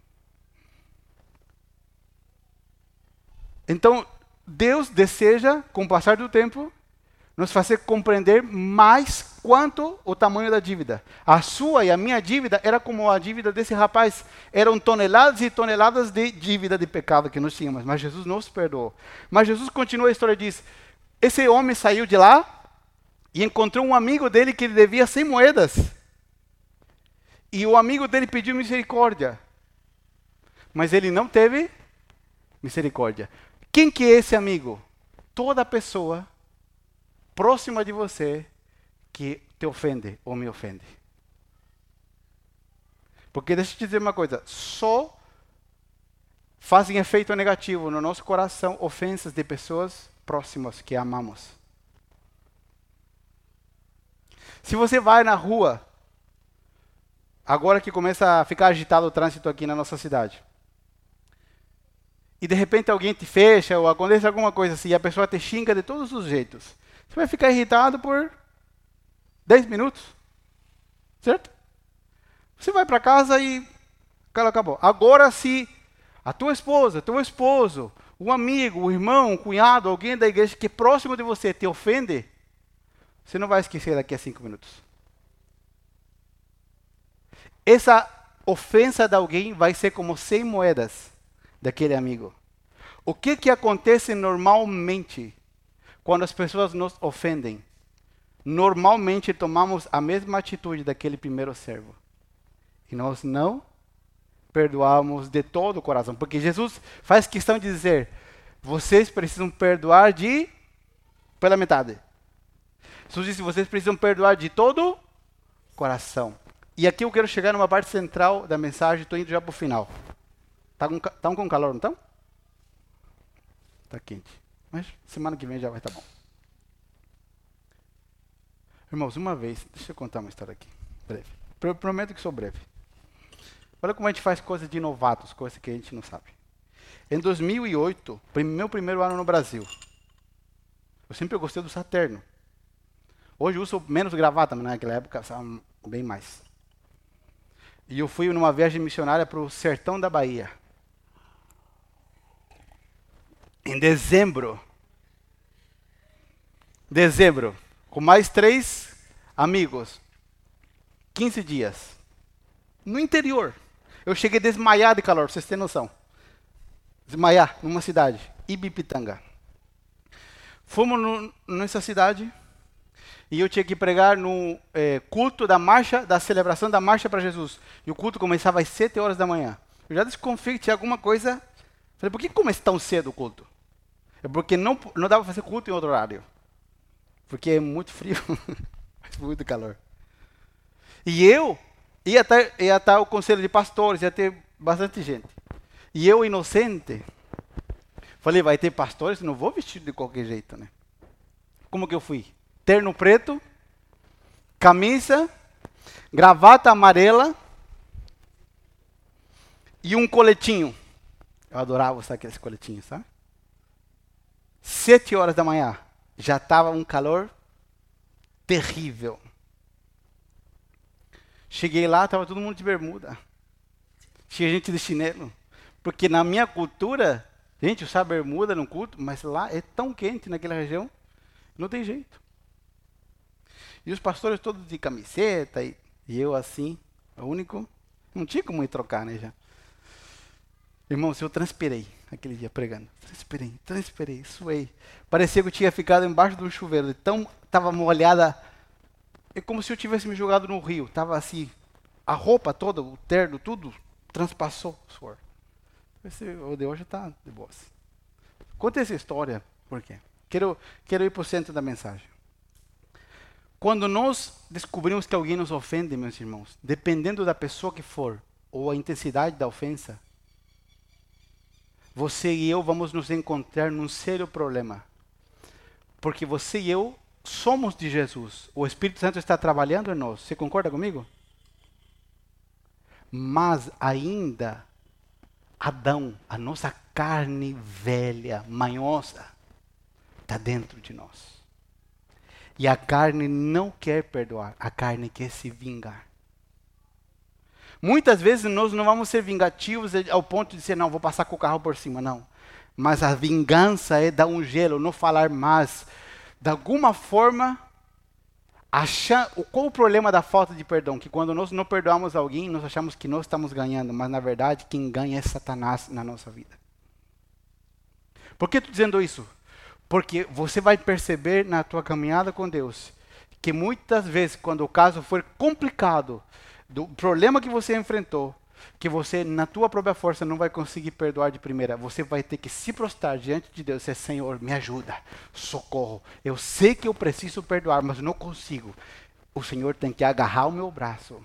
Então, Deus deseja, com o passar do tempo, nos fazer compreender mais quanto o tamanho da dívida. A sua e a minha dívida era como a dívida desse rapaz. Eram toneladas e toneladas de dívida de pecado que nós tínhamos, mas Jesus nos perdoou. Mas Jesus continua a história e diz, esse homem saiu de lá e encontrou um amigo dele que ele devia 100 moedas. E o amigo dele pediu misericórdia. Mas ele não teve misericórdia. Quem que é esse amigo? Toda pessoa próxima de você que te ofende ou me ofende. Porque deixa eu te dizer uma coisa, só fazem efeito negativo no nosso coração ofensas de pessoas próximas que amamos. Se você vai na rua, agora que começa a ficar agitado o trânsito aqui na nossa cidade, e de repente alguém te fecha ou acontece alguma coisa assim, e a pessoa te xinga de todos os jeitos, você vai ficar irritado por 10 minutos, certo? Você vai para casa e acabou. Agora, se a tua esposa, teu esposo, um amigo, um irmão, um cunhado, alguém da igreja que é próximo de você te ofende, você não vai esquecer daqui a 5 minutos. Essa ofensa de alguém vai ser como 100 moedas daquele amigo. O que acontece normalmente quando as pessoas nos ofendem? Normalmente tomamos a mesma atitude daquele primeiro servo. E nós não perdoamos de todo o coração. Porque Jesus faz questão de dizer, vocês precisam perdoar pela metade. Jesus disse, vocês precisam perdoar de todo o coração. E aqui eu quero chegar numa parte central da mensagem, estou indo já para o final. Estão com calor, não estão? Está quente. Mas semana que vem já vai estar bom. Irmãos, uma vez, deixa eu contar uma história aqui, breve. Prometo que sou breve. Olha como a gente faz coisas de novatos, coisas que a gente não sabe. Em 2008, meu primeiro ano no Brasil, eu sempre gostei do Saturno. Hoje eu uso menos gravata, mas naquela época usava bem mais. E eu fui numa viagem missionária para o sertão da Bahia. Em dezembro, com mais 3 amigos, 15 dias, no interior. Eu cheguei a desmaiar de calor, pra vocês terem noção. Desmaiar numa cidade, Ibipitanga. Fomos nessa cidade e eu tinha que pregar no culto da celebração da Marcha para Jesus. E o culto começava às 7 horas da manhã. Eu já desconfiei que tinha alguma coisa. Falei, por que começa tão cedo o culto? É porque não dá para fazer culto em outro horário. Porque é muito frio. Muito calor. E eu ia estar o conselho de pastores, ia ter bastante gente. E eu, inocente, falei, vai ter pastores, não vou vestir de qualquer jeito, né? Como que eu fui? Terno preto, camisa, gravata amarela e um coletinho. Eu adorava usar aqueles coletinhos, sabe? 7 horas da manhã, já estava um calor terrível. Cheguei lá, estava todo mundo de bermuda. Tinha gente de chinelo. Porque na minha cultura, gente usa bermuda no culto, mas lá é tão quente naquela região, não tem jeito. E os pastores todos de camiseta, e eu assim, o único, não tinha como ir trocar, né, já. Irmãos, eu transpirei aquele dia pregando. Transpirei, suei. Parecia que eu tinha ficado embaixo de um chuveiro, então estava molhada. É como se eu tivesse me jogado no rio. Estava assim, a roupa toda, o terno, tudo, transpassou o suor. O de hoje está de boa. Conta essa história, por quê? Quero ir para o centro da mensagem. Quando nós descobrimos que alguém nos ofende, meus irmãos, dependendo da pessoa que for, ou a intensidade da ofensa, você e eu vamos nos encontrar num sério problema. Porque você e eu somos de Jesus. O Espírito Santo está trabalhando em nós. Você concorda comigo? Mas ainda, Adão, a nossa carne velha, manhosa, está dentro de nós. E a carne não quer perdoar, a carne quer se vingar. Muitas vezes nós não vamos ser vingativos ao ponto de dizer, não, vou passar com o carro por cima, não. Mas a vingança é dar um gelo, não falar mais. De alguma forma, qual o problema da falta de perdão? Que quando nós não perdoamos alguém, nós achamos que nós estamos ganhando, mas na verdade quem ganha é Satanás na nossa vida. Por que estou dizendo isso? Porque você vai perceber na tua caminhada com Deus que muitas vezes, quando o caso for complicado, do problema que você enfrentou, que você, na tua própria força, não vai conseguir perdoar de primeira, você vai ter que se prostrar diante de Deus e dizer, Senhor, me ajuda, socorro. Eu sei que eu preciso perdoar, mas não consigo. O Senhor tem que agarrar o meu braço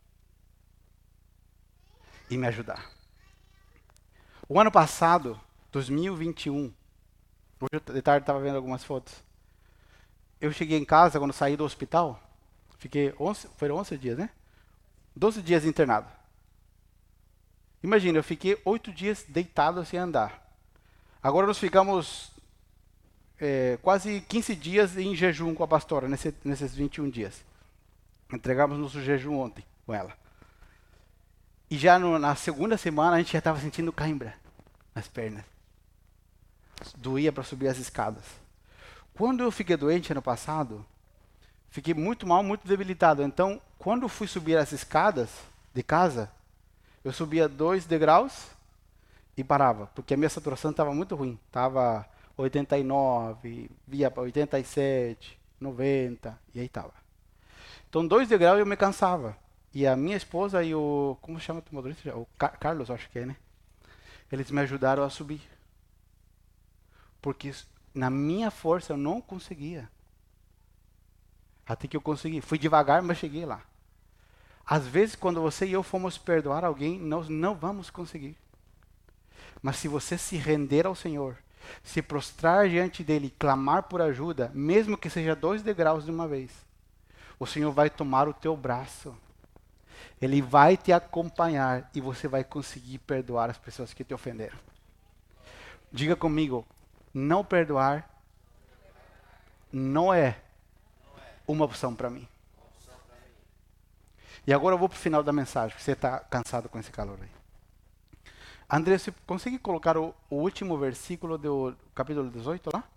e me ajudar. O ano passado, 2021, hoje de tarde estava vendo algumas fotos. Eu cheguei em casa, quando saí do hospital, foram 11 dias, né? 12 dias internado. Imagina, eu fiquei 8 dias deitado sem andar. Agora nós ficamos quase 15 dias em jejum com a pastora, nesses 21 dias. Entregamos nosso jejum ontem com ela. E já na segunda semana a gente já estava sentindo cãibra nas pernas. Doía para subir as escadas. Quando eu fiquei doente ano passado, fiquei muito mal, muito debilitado. Então, quando eu fui subir as escadas de casa, eu subia 2 degraus e parava, porque a minha saturação estava muito ruim. Estava 89, via para 87, 90, e aí estava. Então, 2 degraus eu me cansava. E a minha esposa e o... Como chama o motorista? O Carlos, acho que é, né? Eles me ajudaram a subir. Porque na minha força eu não conseguia. Até que eu consegui. Fui devagar, mas cheguei lá. Às vezes, quando você e eu formos perdoar alguém, nós não vamos conseguir. Mas se você se render ao Senhor, se prostrar diante dele, clamar por ajuda, mesmo que seja 2 degraus de uma vez, o Senhor vai tomar o teu braço. Ele vai te acompanhar e você vai conseguir perdoar as pessoas que te ofenderam. Diga comigo, não perdoar não é uma opção para mim. E agora eu vou para o final da mensagem, porque você está cansado com esse calor aí. André, você consegue colocar o último versículo do capítulo 18 lá?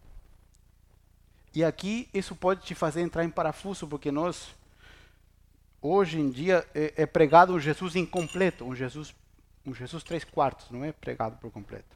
E aqui isso pode te fazer entrar em parafuso, porque nós, hoje em dia, é pregado um Jesus incompleto, um Jesus 3/4, não é pregado por completo.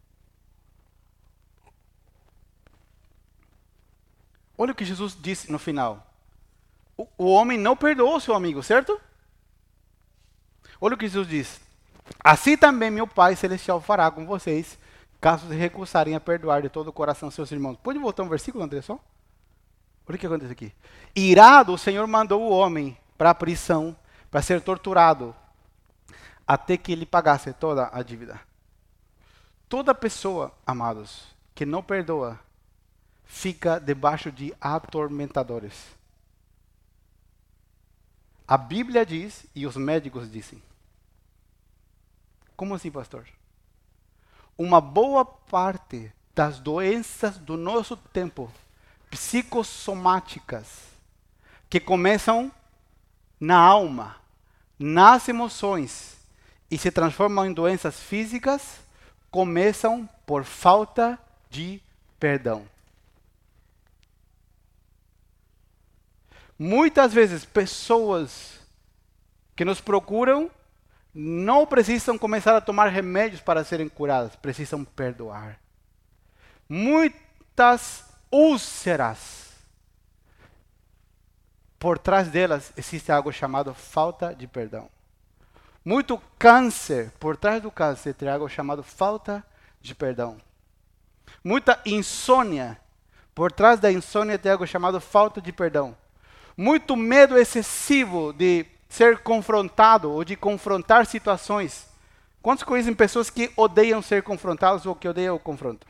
Olha o que Jesus disse no final. O homem não perdoou seu amigo, certo? Olha o que Jesus diz. Assim também meu Pai Celestial fará com vocês, caso se recusarem a perdoar de todo o coração seus irmãos. Pode voltar um versículo, André, só? Olha o que acontece aqui. Irado, o Senhor mandou o homem para a prisão, para ser torturado, até que ele pagasse toda a dívida. Toda pessoa, amados, que não perdoa, fica debaixo de atormentadores. A Bíblia diz e os médicos dizem. Como assim, pastor? Uma boa parte das doenças do nosso tempo, psicossomáticas, que começam na alma, nas emoções e se transformam em doenças físicas, começam por falta de perdão. Muitas vezes, pessoas que nos procuram não precisam começar a tomar remédios para serem curadas, precisam perdoar. Muitas úlceras, por trás delas existe algo chamado falta de perdão. Muito câncer, por trás do câncer tem algo chamado falta de perdão. Muita insônia, por trás da insônia tem algo chamado falta de perdão. Muito medo excessivo de ser confrontado ou de confrontar situações. Quantos conhecem pessoas que odeiam ser confrontadas ou que odeiam o confronto?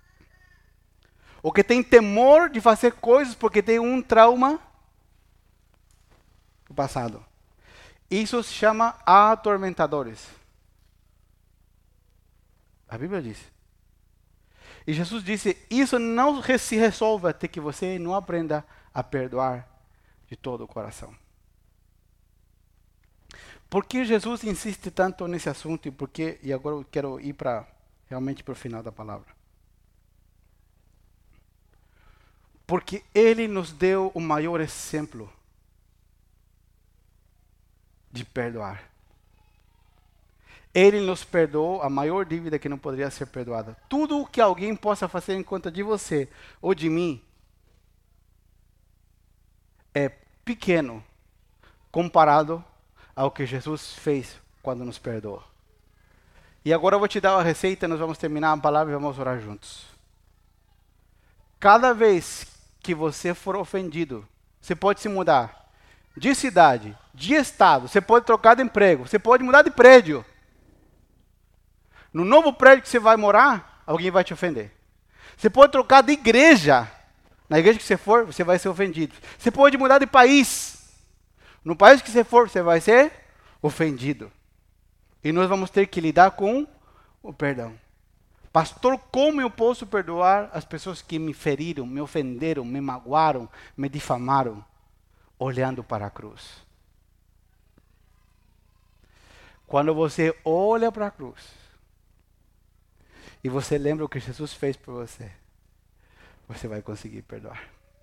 Ou que têm temor de fazer coisas porque tem um trauma do passado. Isso se chama atormentadores. A Bíblia diz. E Jesus disse, isso não se resolve até que você não aprenda a perdoar de todo o coração. Por que Jesus insiste tanto nesse assunto e agora eu quero ir realmente para o final da palavra. Porque ele nos deu o maior exemplo de perdoar. Ele nos perdoou a maior dívida que não poderia ser perdoada. Tudo o que alguém possa fazer em conta de você ou de mim é pequeno comparado ao que Jesus fez quando nos perdoou. E agora eu vou te dar uma receita, nós vamos terminar a palavra e vamos orar juntos. Cada vez que você for ofendido, você pode se mudar de cidade, de estado, você pode trocar de emprego, você pode mudar de prédio. No novo prédio que você vai morar, alguém vai te ofender. Você pode trocar de igreja. Na igreja que você for, você vai ser ofendido. Você pode mudar de país. No país que você for, você vai ser ofendido. E nós vamos ter que lidar com o perdão. Pastor, como eu posso perdoar as pessoas que me feriram, me ofenderam, me magoaram, me difamaram? Olhando para a cruz. Quando você olha para a cruz e você lembra o que Jesus fez por você, você vai conseguir perdoar.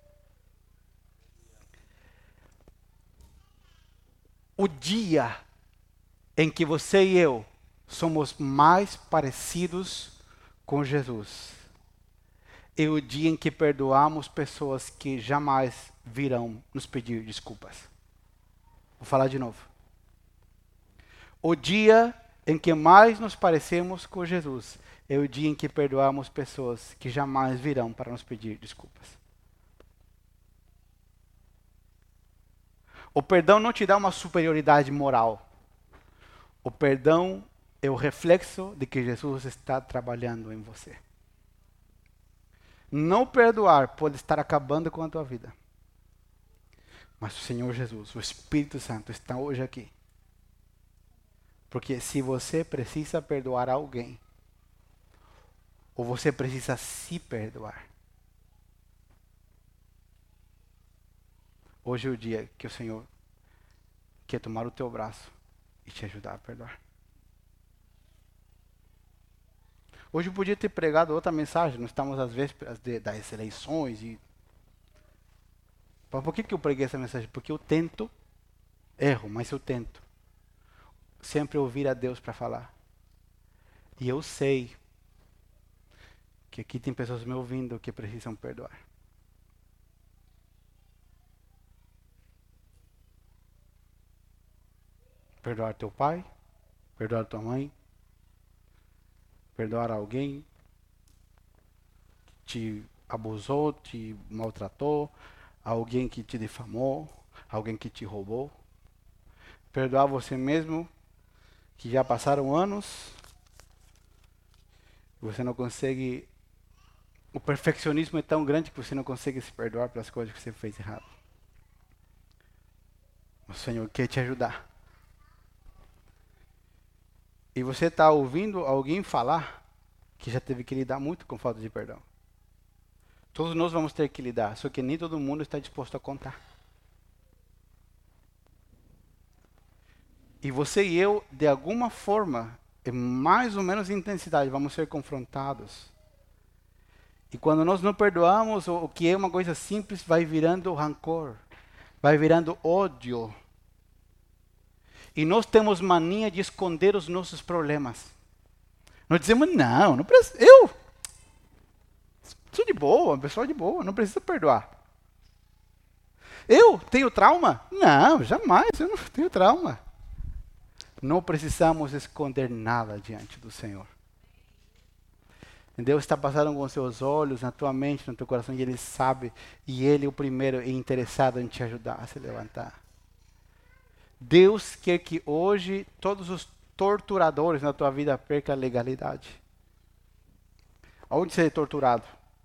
O dia em que você e eu somos mais parecidos com Jesus é o dia em que perdoamos pessoas que jamais virão nos pedir desculpas. Vou falar de novo. O dia em que mais nos parecemos com Jesus é o dia em que perdoamos pessoas que jamais virão para nos pedir desculpas. O perdão não te dá uma superioridade moral. O perdão é o reflexo de que Jesus está trabalhando em você. Não perdoar pode estar acabando com a tua vida. Mas o Senhor Jesus, o Espírito Santo, está hoje aqui. Porque se você precisa perdoar alguém, ou você precisa se perdoar, hoje é o dia que o Senhor quer tomar o teu braço e te ajudar a perdoar. Hoje eu podia ter pregado outra mensagem, nós estamos às vésperas das eleições. Por que eu preguei essa mensagem? Porque eu tento, erro, mas eu tento sempre ouvir a Deus para falar. E eu sei que aqui tem pessoas me ouvindo que precisam perdoar. Perdoar teu pai, perdoar tua mãe, perdoar alguém que te abusou, te maltratou, alguém que te difamou, alguém que te roubou. Perdoar você mesmo, que já passaram anos, você não consegue. O perfeccionismo é tão grande que você não consegue se perdoar pelas coisas que você fez errado. O Senhor quer te ajudar. E você está ouvindo alguém falar que já teve que lidar muito com falta de perdão. Todos nós vamos ter que lidar, só que nem todo mundo está disposto a contar. E você e eu, de alguma forma, em mais ou menos intensidade, vamos ser confrontados. E quando nós não perdoamos, o que é uma coisa simples vai virando rancor, vai virando ódio. E nós temos mania de esconder os nossos problemas. Nós dizemos, não preciso, eu sou de boa, uma pessoa de boa, não preciso perdoar. Eu tenho trauma? Não, jamais, eu não tenho trauma. Não precisamos esconder nada diante do Senhor. Deus está passando com os seus olhos, na tua mente, no teu coração, e Ele sabe, e Ele é o primeiro interessado em te ajudar a se levantar. Deus quer que hoje todos os torturadores na tua vida percam a legalidade. Aonde você é torturado?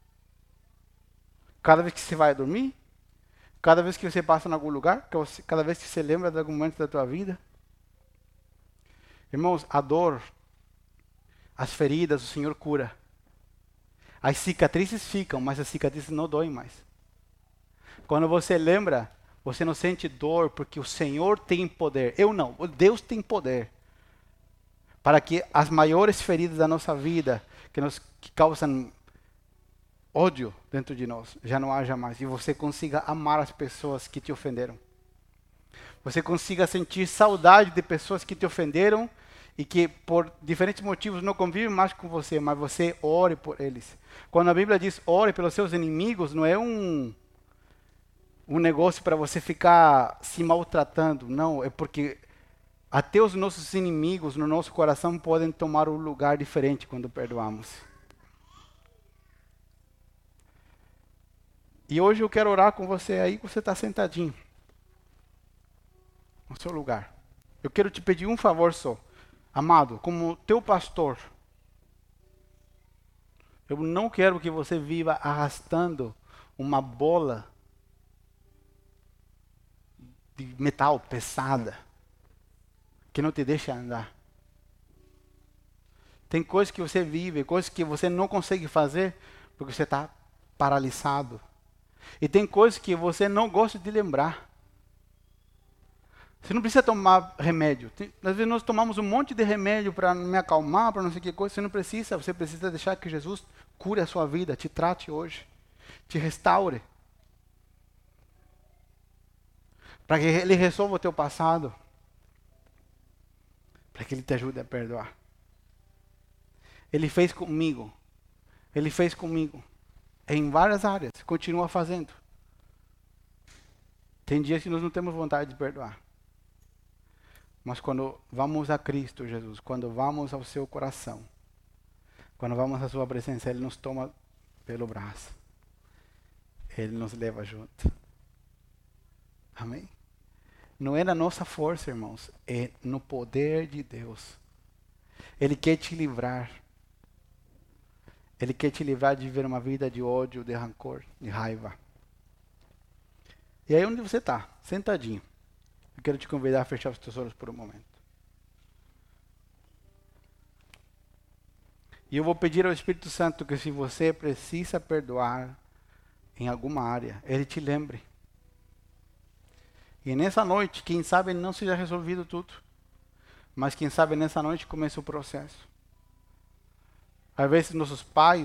Cada vez que você vai dormir? Cada vez que você passa em algum lugar? Cada vez que você lembra de algum momento da tua vida? Irmãos, a dor, as feridas, o Senhor cura. As cicatrizes ficam, mas as cicatrizes não doem mais. Quando você lembra, você não sente dor, porque o Senhor tem poder. Eu não, Deus tem poder. Para que as maiores feridas da nossa vida, que causam ódio dentro de nós, já não haja mais. E você consiga amar as pessoas que te ofenderam. Você consiga sentir saudade de pessoas que te ofenderam e que por diferentes motivos não convivem mais com você, mas você ore por eles. Quando a Bíblia diz ore pelos seus inimigos, não é um negócio para você ficar se maltratando, não, é porque até os nossos inimigos no nosso coração podem tomar um lugar diferente quando perdoamos. E hoje eu quero orar com você aí, que você está sentadinho no seu lugar. Eu quero te pedir um favor só. Amado, como teu pastor, eu não quero que você viva arrastando uma bola de metal pesada, que não te deixa andar. Tem coisas que você vive, coisas que você não consegue fazer, porque você está paralisado. E tem coisas que você não gosta de lembrar. Você não precisa tomar remédio. Às vezes nós tomamos um monte de remédio para me acalmar, para não sei o que coisa. Você não precisa. Você precisa deixar que Jesus cure a sua vida, te trate hoje, te restaure. Para que Ele resolva o teu passado. Para que Ele te ajude a perdoar. Ele fez comigo. Ele fez comigo. Em várias áreas. Continua fazendo. Tem dias que nós não temos vontade de perdoar. Mas quando vamos a Cristo Jesus, quando vamos ao seu coração, quando vamos à sua presença, Ele nos toma pelo braço. Ele nos leva junto. Amém? Não é na nossa força, irmãos, é no poder de Deus. Ele quer te livrar. Ele quer te livrar de viver uma vida de ódio, de rancor, de raiva. E aí onde você está? Sentadinho. Eu quero te convidar a fechar os teus olhos por um momento. E eu vou pedir ao Espírito Santo que se você precisa perdoar em alguma área, Ele te lembre. E nessa noite, quem sabe não seja resolvido tudo, mas quem sabe nessa noite começa o processo. Às vezes nossos pais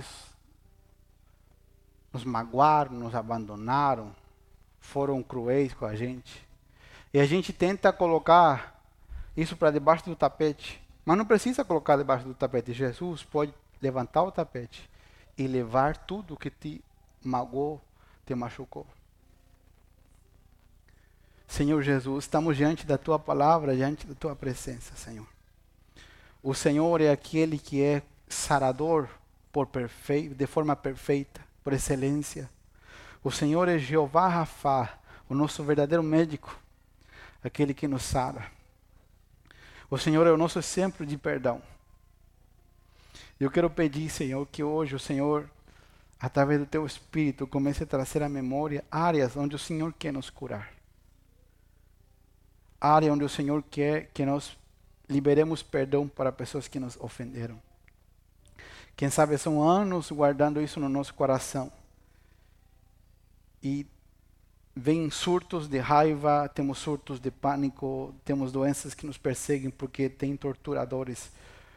nos magoaram, nos abandonaram, foram cruéis com a gente. E a gente tenta colocar isso para debaixo do tapete. Mas não precisa colocar debaixo do tapete. Jesus pode levantar o tapete e levar tudo que te magoou, te machucou. Senhor Jesus, estamos diante da Tua palavra, diante da Tua presença, Senhor. O Senhor é aquele que é sarador de forma perfeita, por excelência. O Senhor é Jeová Rafá, o nosso verdadeiro médico, aquele que nos sara. O Senhor é o nosso centro de perdão. Eu quero pedir, Senhor, que hoje o Senhor, através do Teu Espírito, comece a trazer à memória áreas onde o Senhor quer nos curar. Área onde o Senhor quer que nós liberemos perdão para pessoas que nos ofenderam. Quem sabe são anos guardando isso no nosso coração. E vem surtos de raiva, temos surtos de pânico, temos doenças que nos perseguem porque tem torturadores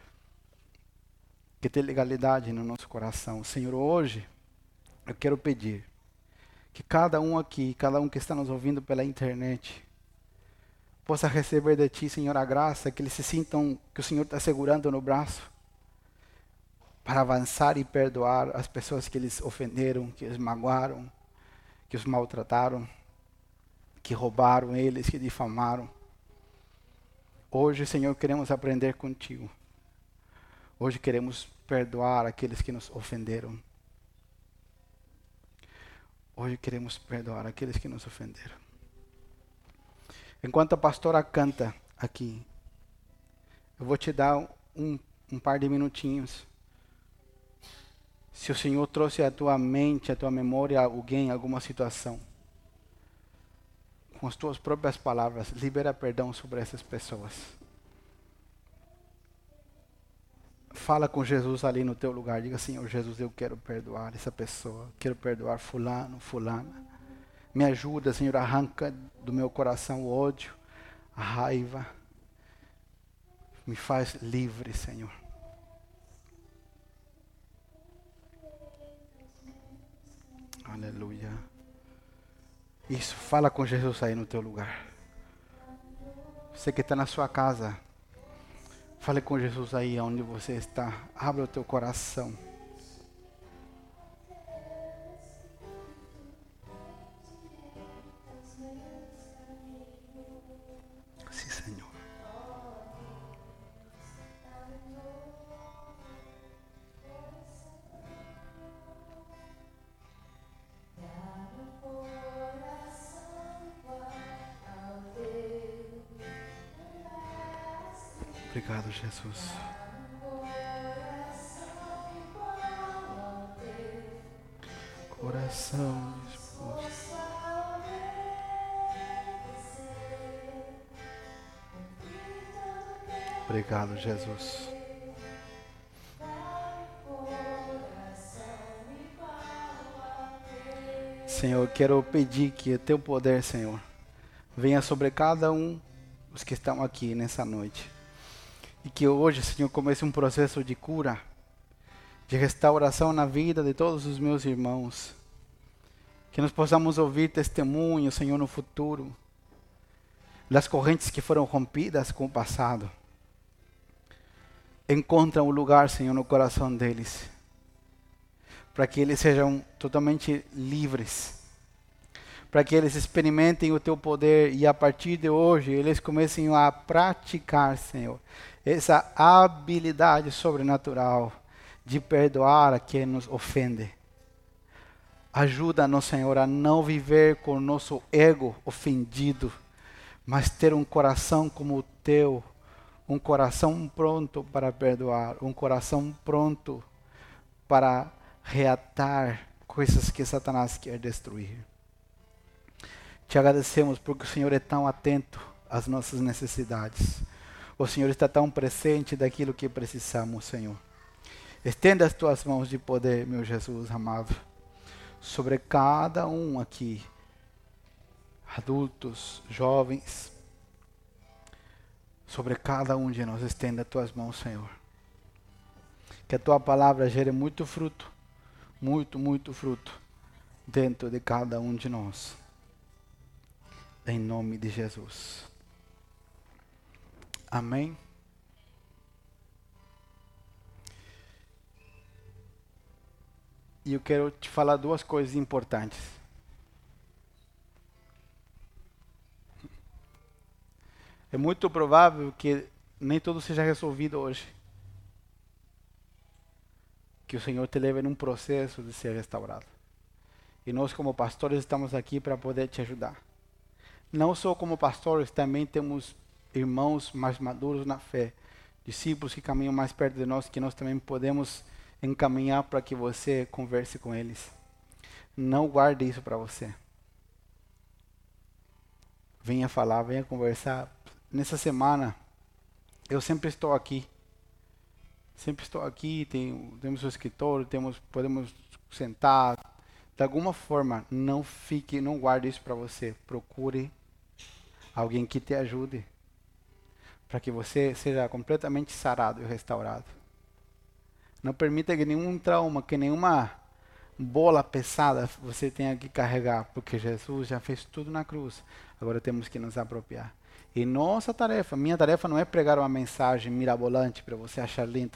que têm legalidade no nosso coração. Senhor, hoje eu quero pedir que cada um aqui, cada um que está nos ouvindo pela internet, possa receber de Ti, Senhor, a graça, que eles se sintam que o Senhor está segurando no braço para avançar e perdoar as pessoas que eles ofenderam, que eles magoaram, que os maltrataram, que roubaram eles, que difamaram. Hoje, Senhor, queremos aprender contigo. Hoje queremos perdoar aqueles que nos ofenderam. Hoje queremos perdoar aqueles que nos ofenderam. Enquanto a pastora canta aqui, eu vou te dar um par de minutinhos. Se o Senhor trouxe à tua mente, à tua memória, alguém, alguma situação, com as tuas próprias palavras, libera perdão sobre essas pessoas. Fala com Jesus ali no teu lugar. Diga, Senhor Jesus, eu quero perdoar essa pessoa. Quero perdoar fulano, fulana. Me ajuda, Senhor, arranca do meu coração o ódio, a raiva. Me faz livre, Senhor. Aleluia. Isso, fala com Jesus aí no teu lugar. Você que está na sua casa, fale com Jesus aí onde você está. Abra o teu coração. Sim, Senhor. Obrigado, Jesus. Coração disposto. Obrigado, Jesus. Senhor, quero pedir que o teu poder, Senhor, venha sobre cada um dos que estão aqui nessa noite. E que hoje, Senhor, comece um processo de cura, de restauração na vida de todos os meus irmãos. Que nós possamos ouvir testemunhos, Senhor, no futuro, das correntes que foram rompidas com o passado. Encontra um lugar, Senhor, no coração deles, para que eles sejam totalmente livres, para que eles experimentem o teu poder e a partir de hoje eles comecem a praticar, Senhor, essa habilidade sobrenatural de perdoar a quem nos ofende. Ajuda-nos, Senhor, a não viver com o nosso ego ofendido, mas ter um coração como o teu, um coração pronto para perdoar, um coração pronto para reatar coisas que Satanás quer destruir. Te agradecemos porque o Senhor é tão atento às nossas necessidades. O Senhor está tão presente daquilo que precisamos, Senhor. Estenda as tuas mãos de poder, meu Jesus amado, sobre cada um aqui, adultos, jovens, sobre cada um de nós. Estenda as tuas mãos, Senhor. Que a tua palavra gere muito fruto, muito fruto dentro de cada um de nós. Em nome de Jesus. Amém. E eu quero te falar duas coisas importantes. É muito provável que nem tudo seja resolvido hoje. Que o Senhor te leve num processo de ser restaurado. E nós, como pastores, estamos aqui para poder te ajudar. Não só como pastores, também temos irmãos mais maduros na fé, discípulos que caminham mais perto de nós, que nós também podemos encaminhar para que você converse com eles. Não guarde isso para você. Venha falar, venha conversar. Nessa semana, eu sempre estou aqui. Sempre estou aqui, temos o escritório, podemos sentar. De alguma forma, não guarde isso para você. Procure alguém que te ajude, para que você seja completamente sarado e restaurado. Não permita que nenhum trauma, que nenhuma bola pesada você tenha que carregar, porque Jesus já fez tudo na cruz. Agora temos que nos apropriar. E nossa tarefa, minha tarefa não é pregar uma mensagem mirabolante para você achar lindo.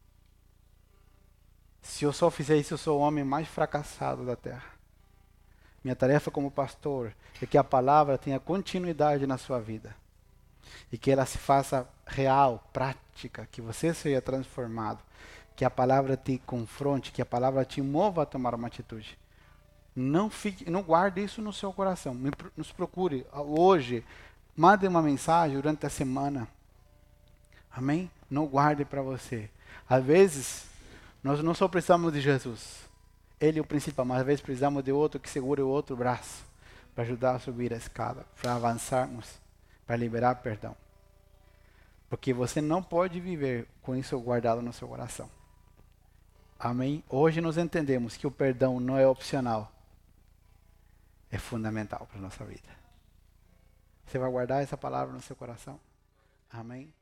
Se eu só fizer isso, eu sou o homem mais fracassado da terra. Minha tarefa como pastor é que a palavra tenha continuidade na sua vida. E que ela se faça real, prática, que você seja transformado. Que a palavra te confronte, que a palavra te mova a tomar uma atitude. Não guarde isso no seu coração. Nos procure hoje. Mande uma mensagem durante a semana. Amém? Não guarde para você. Às vezes, nós não só precisamos de Jesus. Ele é o principal, mas às vezes precisamos de outro que segure o outro braço para ajudar a subir a escada, para avançarmos, para liberar perdão. Porque você não pode viver com isso guardado no seu coração. Amém? Hoje nós entendemos que o perdão não é opcional. É fundamental para a nossa vida. Você vai guardar essa palavra no seu coração? Amém?